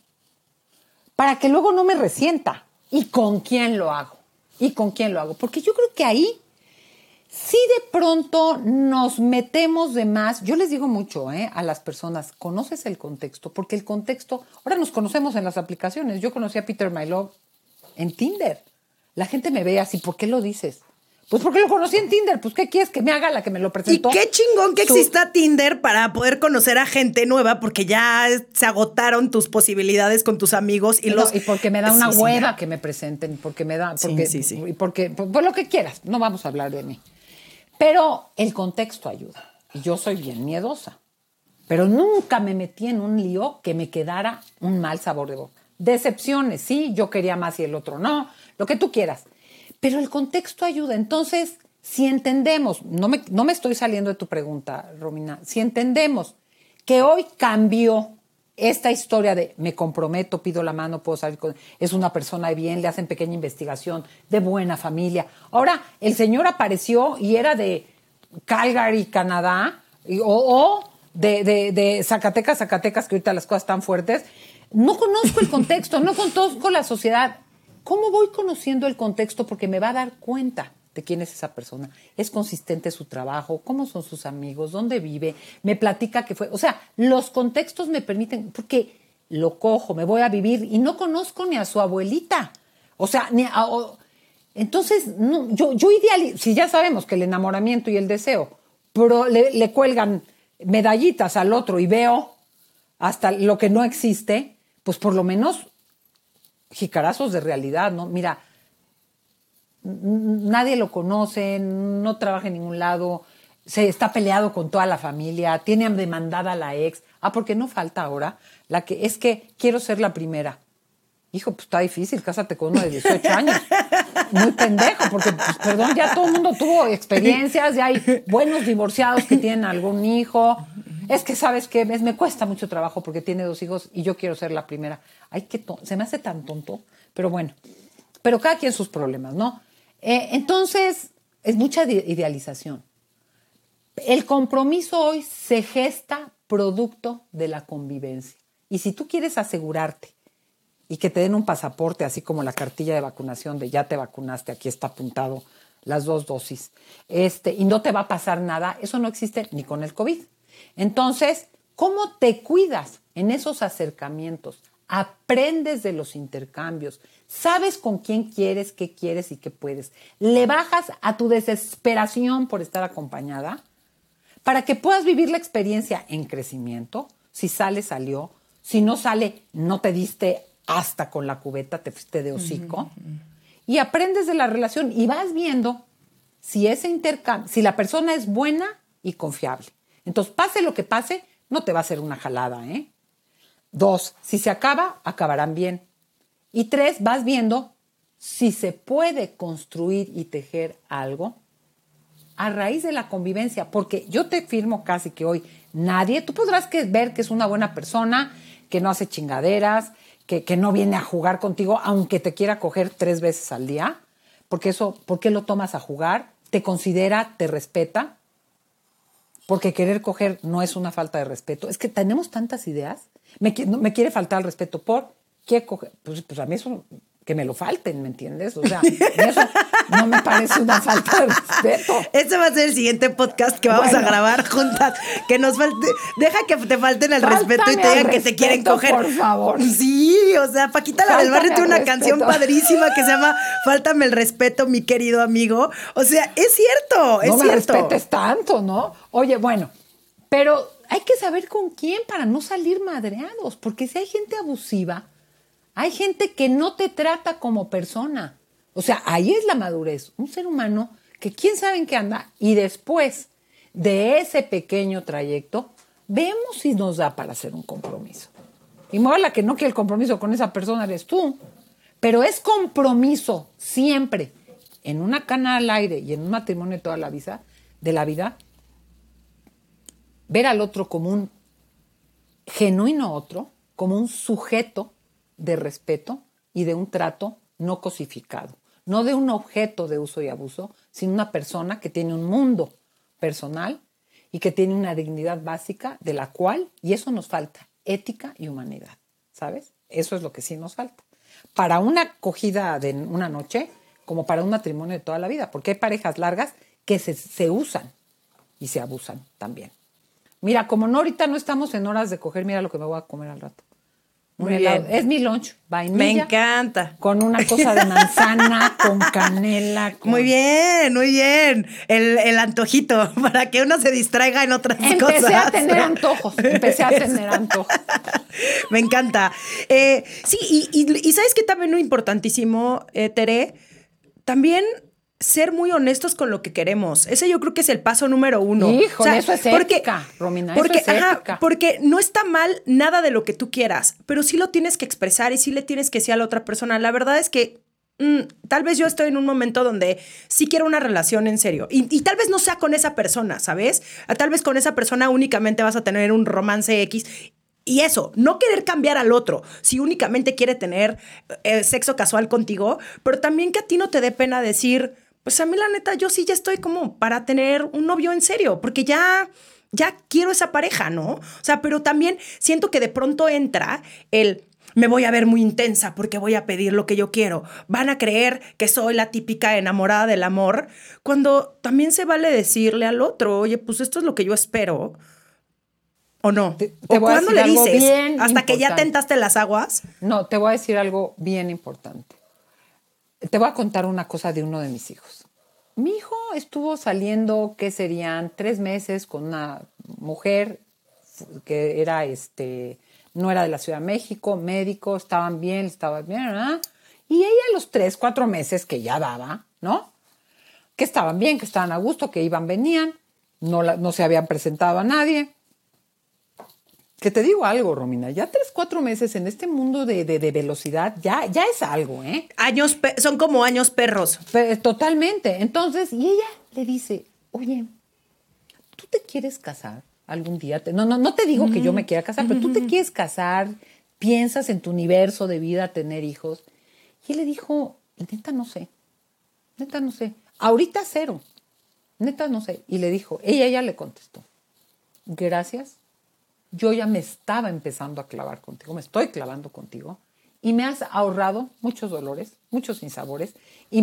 para que luego no me resienta. ¿Y con quién lo hago? Porque yo creo que ahí, si de pronto nos metemos de más, yo les digo mucho a las personas, conoces el contexto, porque el contexto, ahora nos conocemos en las aplicaciones. Yo conocí a Peter My Love en Tinder. La gente me ve así, ¿por qué lo dices? Pues porque lo conocí en Tinder, pues ¿qué quieres que me haga la que me lo presentó? Y qué chingón que exista Tinder para poder conocer a gente nueva, porque ya se agotaron tus posibilidades con tus amigos y y porque me da una hueva que me presenten, porque me da, porque, sí. Y porque, por lo que quieras, no vamos a hablar de mí. Pero el contexto ayuda. Y yo soy bien miedosa. Pero nunca me metí en un lío que me quedara un mal sabor de boca. Decepciones, sí, yo quería más y el otro no, lo que tú quieras. Pero el contexto ayuda. Entonces, si entendemos, no me estoy saliendo de tu pregunta, Romina, si entendemos que hoy cambió esta historia de me comprometo, pido la mano, puedo salir con... Es una persona de bien, le hacen pequeña investigación, de buena familia. Ahora, el señor apareció y era de Calgary, Canadá, o de Zacatecas, que ahorita las cosas están fuertes. No conozco el contexto, no conozco la sociedad. ¿Cómo voy conociendo el contexto? Porque me va a dar cuenta de quién es esa persona. ¿Es consistente su trabajo? ¿Cómo son sus amigos? ¿Dónde vive? Me platica que fue... O sea, los contextos me permiten... Porque lo cojo, me voy a vivir y no conozco ni a su abuelita. O sea, entonces, no, yo idealizo... Si ya sabemos que el enamoramiento y el deseo pero le cuelgan medallitas al otro y veo hasta lo que no existe, pues por lo menos jicarazos de realidad, ¿no? Mira... Nadie lo conoce, no trabaja en ningún lado, se está peleado con toda la familia, tiene demandada a la ex. Porque no falta ahora la que es que quiero ser la primera. Hijo, pues está difícil, cásate con uno de 18 años. Muy pendejo, porque, pues, perdón, ya todo el mundo tuvo experiencias, ya hay buenos divorciados que tienen algún hijo. Es que, ¿sabes qué? Me cuesta mucho trabajo porque tiene 2 hijos y yo quiero ser la primera. Ay, se me hace tan tonto, pero bueno. Pero cada quien sus problemas, ¿no? Entonces, es mucha idealización. El compromiso hoy se gesta producto de la convivencia. Y si tú quieres asegurarte y que te den un pasaporte, así como la cartilla de vacunación de ya te vacunaste, aquí está apuntado las 2 dosis, y no te va a pasar nada, eso no existe ni con el COVID. Entonces, ¿cómo te cuidas en esos acercamientos? Aprendes de los intercambios, sabes con quién quieres, qué quieres y qué puedes. Le bajas a tu desesperación por estar acompañada para que puedas vivir la experiencia en crecimiento. Si sale, salió. Si no sale, no te diste hasta con la cubeta, te fuiste de hocico. Y aprendes de la relación y vas viendo si ese intercambio, si la persona es buena y confiable. Entonces, pase lo que pase, no te va a hacer una jalada, 2, si se acaba, acabarán bien. Y 3, vas viendo si se puede construir y tejer algo a raíz de la convivencia. Porque yo te firmo casi que hoy nadie, tú podrás ver que es una buena persona, que no hace chingaderas, que no viene a jugar contigo, aunque te quiera coger 3 veces al día. Porque eso, ¿por qué lo tomas a jugar? Te considera, te respeta. Porque querer coger no es una falta de respeto. Es que tenemos tantas ideas. Me quiere faltar el respeto por qué coger. Pues a mí eso que me lo falten, ¿me entiendes? O sea, eso no me parece una falta de respeto. Este va a ser el siguiente podcast que vamos a grabar juntas. Que nos falte, deja que te falten el respeto y te digan que te quieren coger. Por favor. Sí, o sea, Paquita la del Barrio tiene una canción padrísima que se llama Fáltame el respeto, mi querido amigo. O sea, es cierto, es no cierto. No me respetes tanto, ¿no? Oye, bueno, pero hay que saber con quién para no salir madreados, porque si hay gente abusiva, hay gente que no te trata como persona. O sea, ahí es la madurez. Un ser humano que quién sabe en qué anda y después de ese pequeño trayecto, vemos si nos da para hacer un compromiso. Y mola que no quiere el compromiso con esa persona eres tú, pero es compromiso siempre en una cana al aire y en un matrimonio de toda la vida, ver al otro como un genuino otro, como un sujeto de respeto y de un trato no cosificado. No de un objeto de uso y abuso, sino una persona que tiene un mundo personal y que tiene una dignidad básica de la cual, y eso nos falta, ética y humanidad, ¿sabes? Eso es lo que sí nos falta. Para una acogida de una noche, como para un matrimonio de toda la vida, porque hay parejas largas que se usan y se abusan también. Mira, como no ahorita no estamos en horas de coger, mira lo que me voy a comer al rato. Muy bien. Es mi lunch, vainilla. Me encanta. Con una cosa de manzana, con canela. Muy bien, muy bien. El antojito, para que uno se distraiga en otras cosas. Empecé a tener antojos. Me encanta. Sí, y ¿sabes qué también es importantísimo, Tere? También ser muy honestos con lo que queremos. Ese yo creo que es el paso número 1. Híjole, o sea, eso es ética, Romina, eso es ética. Porque no está mal nada de lo que tú quieras, pero sí lo tienes que expresar y sí le tienes que decir a la otra persona. La verdad es que tal vez yo estoy en un momento donde sí quiero una relación en serio. Y tal vez no sea con esa persona, ¿sabes? Tal vez con esa persona únicamente vas a tener un romance X. Y eso, no querer cambiar al otro, si únicamente quiere tener sexo casual contigo, pero también que a ti no te dé pena decir, pues a mí la neta, yo sí ya estoy como para tener un novio en serio, porque ya quiero esa pareja, ¿no? O sea, pero también siento que de pronto entra el me voy a ver muy intensa porque voy a pedir lo que yo quiero. Van a creer que soy la típica enamorada del amor, cuando también se vale decirle al otro, oye, pues esto es lo que yo espero. ¿O no? ¿O cuándo le dices? ¿Hasta que ya tentaste las aguas? No, te voy a decir algo bien importante. Te voy a contar una cosa de uno de mis hijos. Mi hijo estuvo saliendo, ¿qué serían? 3 meses con una mujer que era, no era de la Ciudad de México, médico, estaban bien, ¿verdad? Y ella a los 3, 4 meses que ya daba, ¿no? Que estaban bien, que estaban a gusto, que iban, venían, no se habían presentado a nadie. Que te digo algo, Romina, ya 3, 4 meses en este mundo de velocidad ya es algo, ¿eh? Son como años perros. Totalmente. Entonces, y ella le dice, oye, ¿tú te quieres casar algún día? No te digo que yo me quiera casar, pero tú te quieres casar, piensas en tu universo de vida, tener hijos. Y él le dijo, neta no sé. Ahorita 0. Neta no sé. Y le dijo, ella ya le contestó, gracias. Yo ya me estaba empezando a clavar contigo, me estoy clavando contigo y me has ahorrado muchos dolores, muchos sinsabores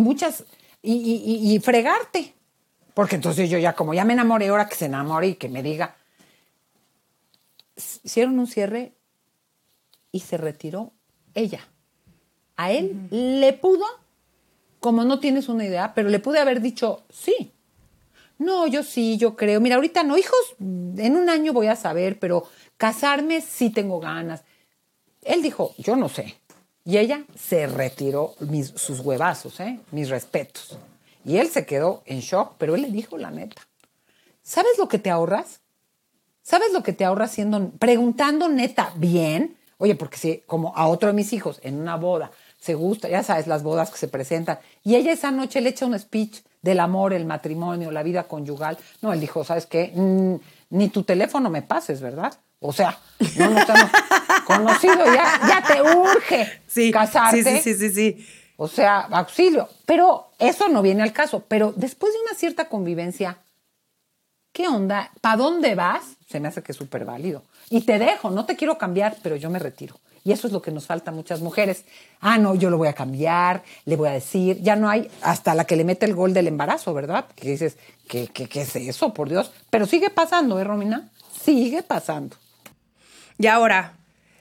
y fregarte. Porque entonces yo ya, como ya me enamoré, ahora que se enamore y que me diga. Hicieron un cierre y se retiró ella. A él le pudo, como no tienes una idea, pero le pude haber dicho sí. No, yo creo. Mira, ahorita no, hijos, en un año voy a saber, pero casarme sí tengo ganas. Él dijo, yo no sé. Y ella se retiró, sus huevazos, mis respetos. Y él se quedó en shock, pero él le dijo la neta. ¿Sabes lo que te ahorras? ¿Sabes lo que te ahorras preguntando neta bien? Oye, porque si como a otro de mis hijos en una boda se gusta, ya sabes, las bodas que se presentan, y ella esa noche le echa un speech del amor, el matrimonio, la vida conyugal. No, él dijo, ¿sabes qué? Ni tu teléfono me pases, ¿verdad? O sea, no nos hemos conocido, ya te urge casarte. Sí. O sea, auxilio. Pero eso no viene al caso. Pero después de una cierta convivencia, ¿qué onda? ¿Para dónde vas? Se me hace que es súper válido. Y te dejo, no te quiero cambiar, pero yo me retiro. Y eso es lo que nos falta a muchas mujeres. Ah, no, yo lo voy a cambiar, le voy a decir. Ya no hay hasta la que le mete el gol del embarazo, ¿verdad? Que dices, ¿qué es eso, por Dios? Pero sigue pasando, ¿eh, Romina? Sigue pasando. Y ahora,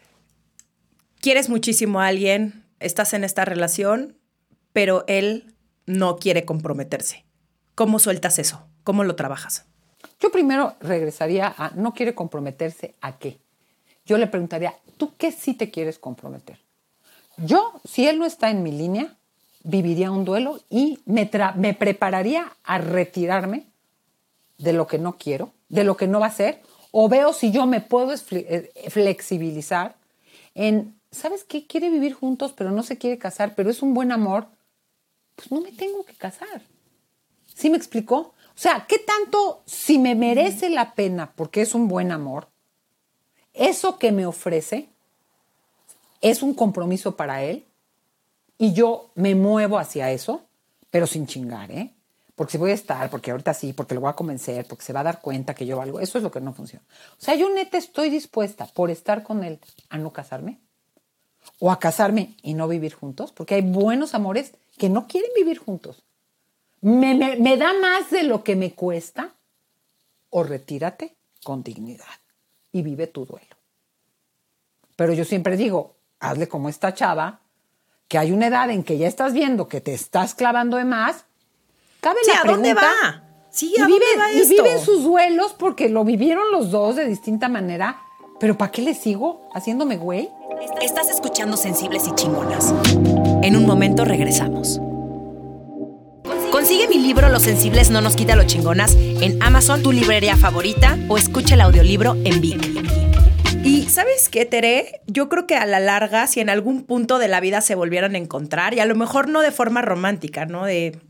quieres muchísimo a alguien, estás en esta relación, pero él no quiere comprometerse. ¿Cómo sueltas eso? ¿Cómo lo trabajas? Yo primero regresaría a no quiere comprometerse ¿a qué? Yo le preguntaría, ¿tú qué sí te quieres comprometer? Yo, si él no está en mi línea, viviría un duelo y me prepararía a retirarme de lo que no quiero, de lo que no va a ser, o veo si yo me puedo flexibilizar en, ¿sabes qué? Quiere vivir juntos, pero no se quiere casar, pero es un buen amor, pues no me tengo que casar. ¿Sí me explicó? O sea, ¿qué tanto si me merece la pena porque es un buen amor? Eso que me ofrece es un compromiso para él y yo me muevo hacia eso, pero sin chingar, ¿eh? Porque si voy a estar, porque ahorita sí, porque lo voy a convencer, porque se va a dar cuenta que yo valgo. Eso es lo que no funciona. O sea, yo neta estoy dispuesta por estar con él a no casarme o a casarme y no vivir juntos, porque hay buenos amores que no quieren vivir juntos. Me da más de lo que me cuesta o retírate con dignidad y vive tu duelo. Pero yo siempre digo, hazle como esta chava, que hay una edad en que ya estás viendo que te estás clavando de más. Cabe Sí, la ¿a dónde pregunta, va? Sí, ¿a dónde va esto? Y viven sus duelos porque lo vivieron los dos de distinta manera. ¿Pero para qué le sigo haciéndome güey? Estás escuchando Sensibles y Chingonas. En un momento regresamos. Consigue mi libro Los Sensibles no nos quita lo chingonas en Amazon, tu librería favorita, o escucha el audiolibro en Vic. Y ¿sabes qué, Tere? Yo creo que a la larga, si en algún punto de la vida se volvieran a encontrar, y a lo mejor no de forma romántica, ¿no?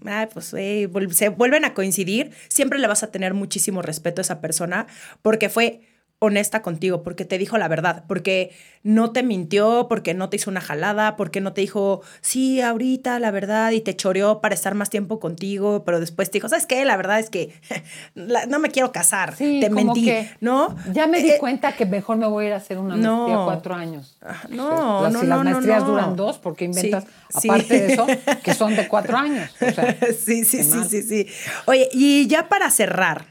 Se vuelven a coincidir, siempre le vas a tener muchísimo respeto a esa persona porque fue honesta contigo, porque te dijo la verdad, porque no te mintió, porque no te hizo una jalada, porque no te dijo, sí, ahorita la verdad, y te choreó para estar más tiempo contigo, pero después te dijo, ¿sabes qué? La verdad es que no me quiero casar, sí, te mentí, que ¿no? Ya me di cuenta que mejor me voy a ir a hacer una maestría 4 años. Si las maestrías duran 2, ¿por qué inventas? Sí, aparte de eso, que son de 4 años. O sea, sí. Oye, y ya para cerrar,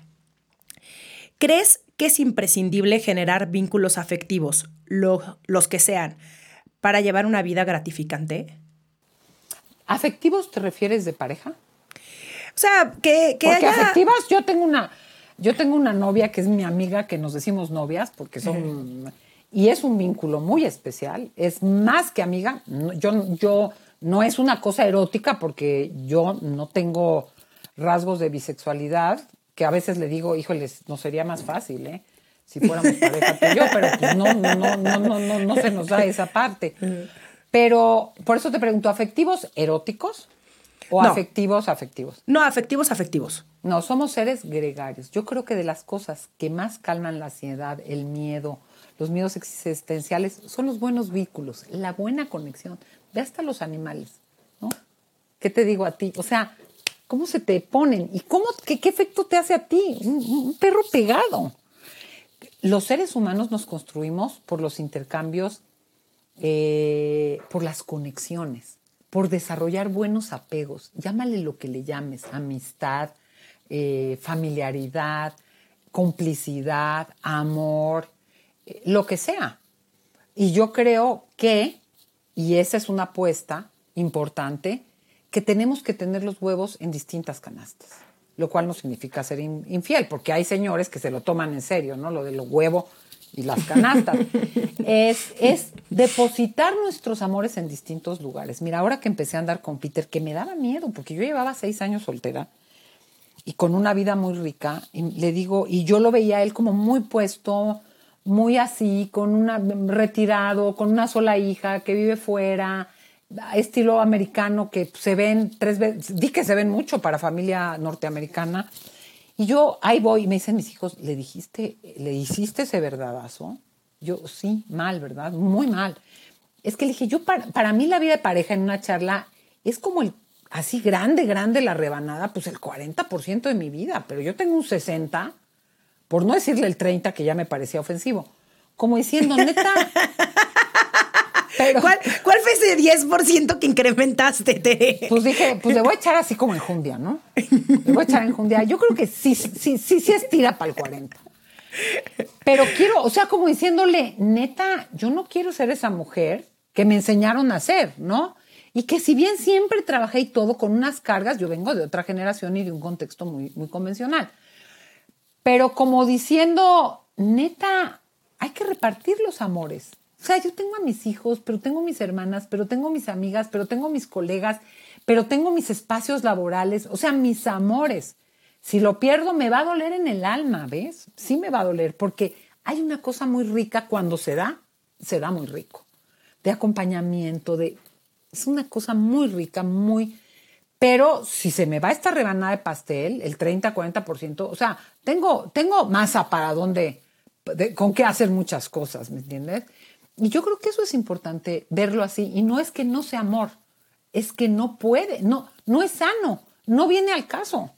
¿crees que es imprescindible generar vínculos afectivos, los que sean, para llevar una vida gratificante? ¿Afectivos te refieres de pareja? O sea, que porque haya... afectivas, yo tengo una novia que es mi amiga, que nos decimos novias, porque son... Y es un vínculo muy especial, es más que amiga. Yo no es una cosa erótica, porque yo no tengo rasgos de bisexualidad, que a veces le digo, híjoles, no sería más fácil, ¿eh? Si fuéramos pareja tú y yo, pero pues no se nos da esa parte. Pero, por eso te pregunto, ¿afectivos eróticos o No. afectivos? No, afectivos. No, somos seres gregarios. Yo creo que de las cosas que más calman la ansiedad, el miedo, los miedos existenciales, son los buenos vínculos, la buena conexión. Ve hasta los animales, ¿no? ¿Qué te digo a ti? O sea, ¿cómo se te ponen? ¿Y qué efecto te hace a ti? Un perro pegado. Los seres humanos nos construimos por los intercambios, por las conexiones, por desarrollar buenos apegos. Llámale lo que le llames, amistad, familiaridad, complicidad, amor, lo que sea. Y yo creo que, y esa es una apuesta importante, que tenemos que tener los huevos en distintas canastas, lo cual no significa ser infiel, porque hay señores que se lo toman en serio, ¿no? Lo de los huevos y las canastas. es depositar nuestros amores en distintos lugares. Mira, ahora que empecé a andar con Peter, que me daba miedo, porque yo llevaba 6 años soltera y con una vida muy rica, y le digo, y yo lo veía a él como muy puesto, muy así, retirado, con una sola hija, que vive fuera, estilo americano, que se ven 3 veces, di que se ven mucho para familia norteamericana. Y yo ahí voy y me dicen mis hijos, ¿le hiciste ese verdadazo? Yo, sí, mal, ¿verdad? Muy mal. Es que le dije, para mí la vida de pareja en una charla es como así grande la rebanada, pues el 40% de mi vida, pero yo tengo un 60%, por no decirle el 30%, que ya me parecía ofensivo. Como diciendo, neta, Pero, ¿Cuál fue ese 10% que incrementaste, Tere? pues dije, pues le voy a echar así como enjundia, ¿no? Le voy a echar enjundia. Yo creo que sí estira para el 40. Pero quiero, o sea, como diciéndole, neta, yo no quiero ser esa mujer que me enseñaron a ser, ¿no? Y que si bien siempre trabajé y todo con unas cargas, yo vengo de otra generación y de un contexto muy, muy convencional. Pero como diciendo, neta, hay que repartir los amores. O sea, yo tengo a mis hijos, pero tengo mis hermanas, pero tengo mis amigas, pero tengo mis colegas, pero tengo mis espacios laborales, o sea, mis amores. Si lo pierdo, me va a doler en el alma, ¿ves? Sí me va a doler, porque hay una cosa muy rica cuando se da muy rico. De acompañamiento, es una cosa muy rica, muy... Pero si se me va esta rebanada de pastel, el 30, 40%, o sea, tengo masa para con qué hacer muchas cosas, ¿me entiendes? Y yo creo que eso es importante, verlo así. Y no es que no sea amor, es que no puede, no es sano, no viene al caso.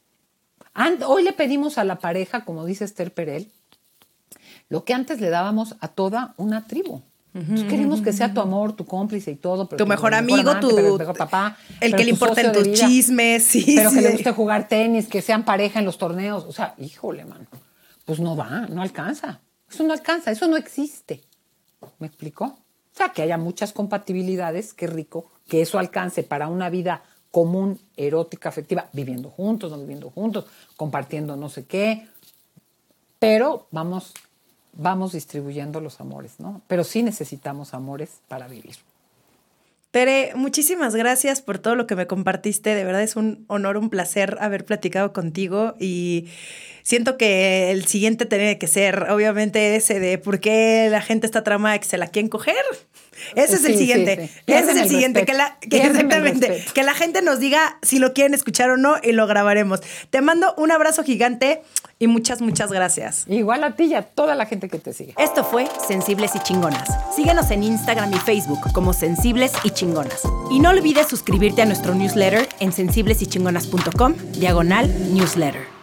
Hoy le pedimos a la pareja, como dice Esther Perel, lo que antes le dábamos a toda una tribu. Queremos que sea tu amor, tu cómplice y todo. Pero tu mejor amigo, amante, pero el mejor papá. El que le importen tus chismes. Sí, pero que le guste jugar tenis, que sean pareja en los torneos. O sea, híjole, mano. Pues no alcanza. Eso no alcanza, eso no existe. ¿Me explicó? O sea, que haya muchas compatibilidades, qué rico, que eso alcance para una vida común, erótica, afectiva, viviendo juntos, no viviendo juntos, compartiendo no sé qué. Pero vamos distribuyendo los amores, ¿no? Pero sí necesitamos amores para vivir. Tere, muchísimas gracias por todo lo que me compartiste. De verdad es un honor, un placer haber platicado contigo y siento que el siguiente tiene que ser, obviamente, ese de por qué la gente está tramada que se la quieren coger. Ese es el siguiente. Sí. Ese es el siguiente. Exactamente. Que la gente nos diga si lo quieren escuchar o no y lo grabaremos. Te mando un abrazo gigante y muchas, muchas gracias. Igual a ti y a toda la gente que te sigue. Esto fue Sensibles y Chingonas. Síguenos en Instagram y Facebook como Sensibles y Chingonas. Y no olvides suscribirte a nuestro newsletter en sensiblesychingonas.com/newsletter.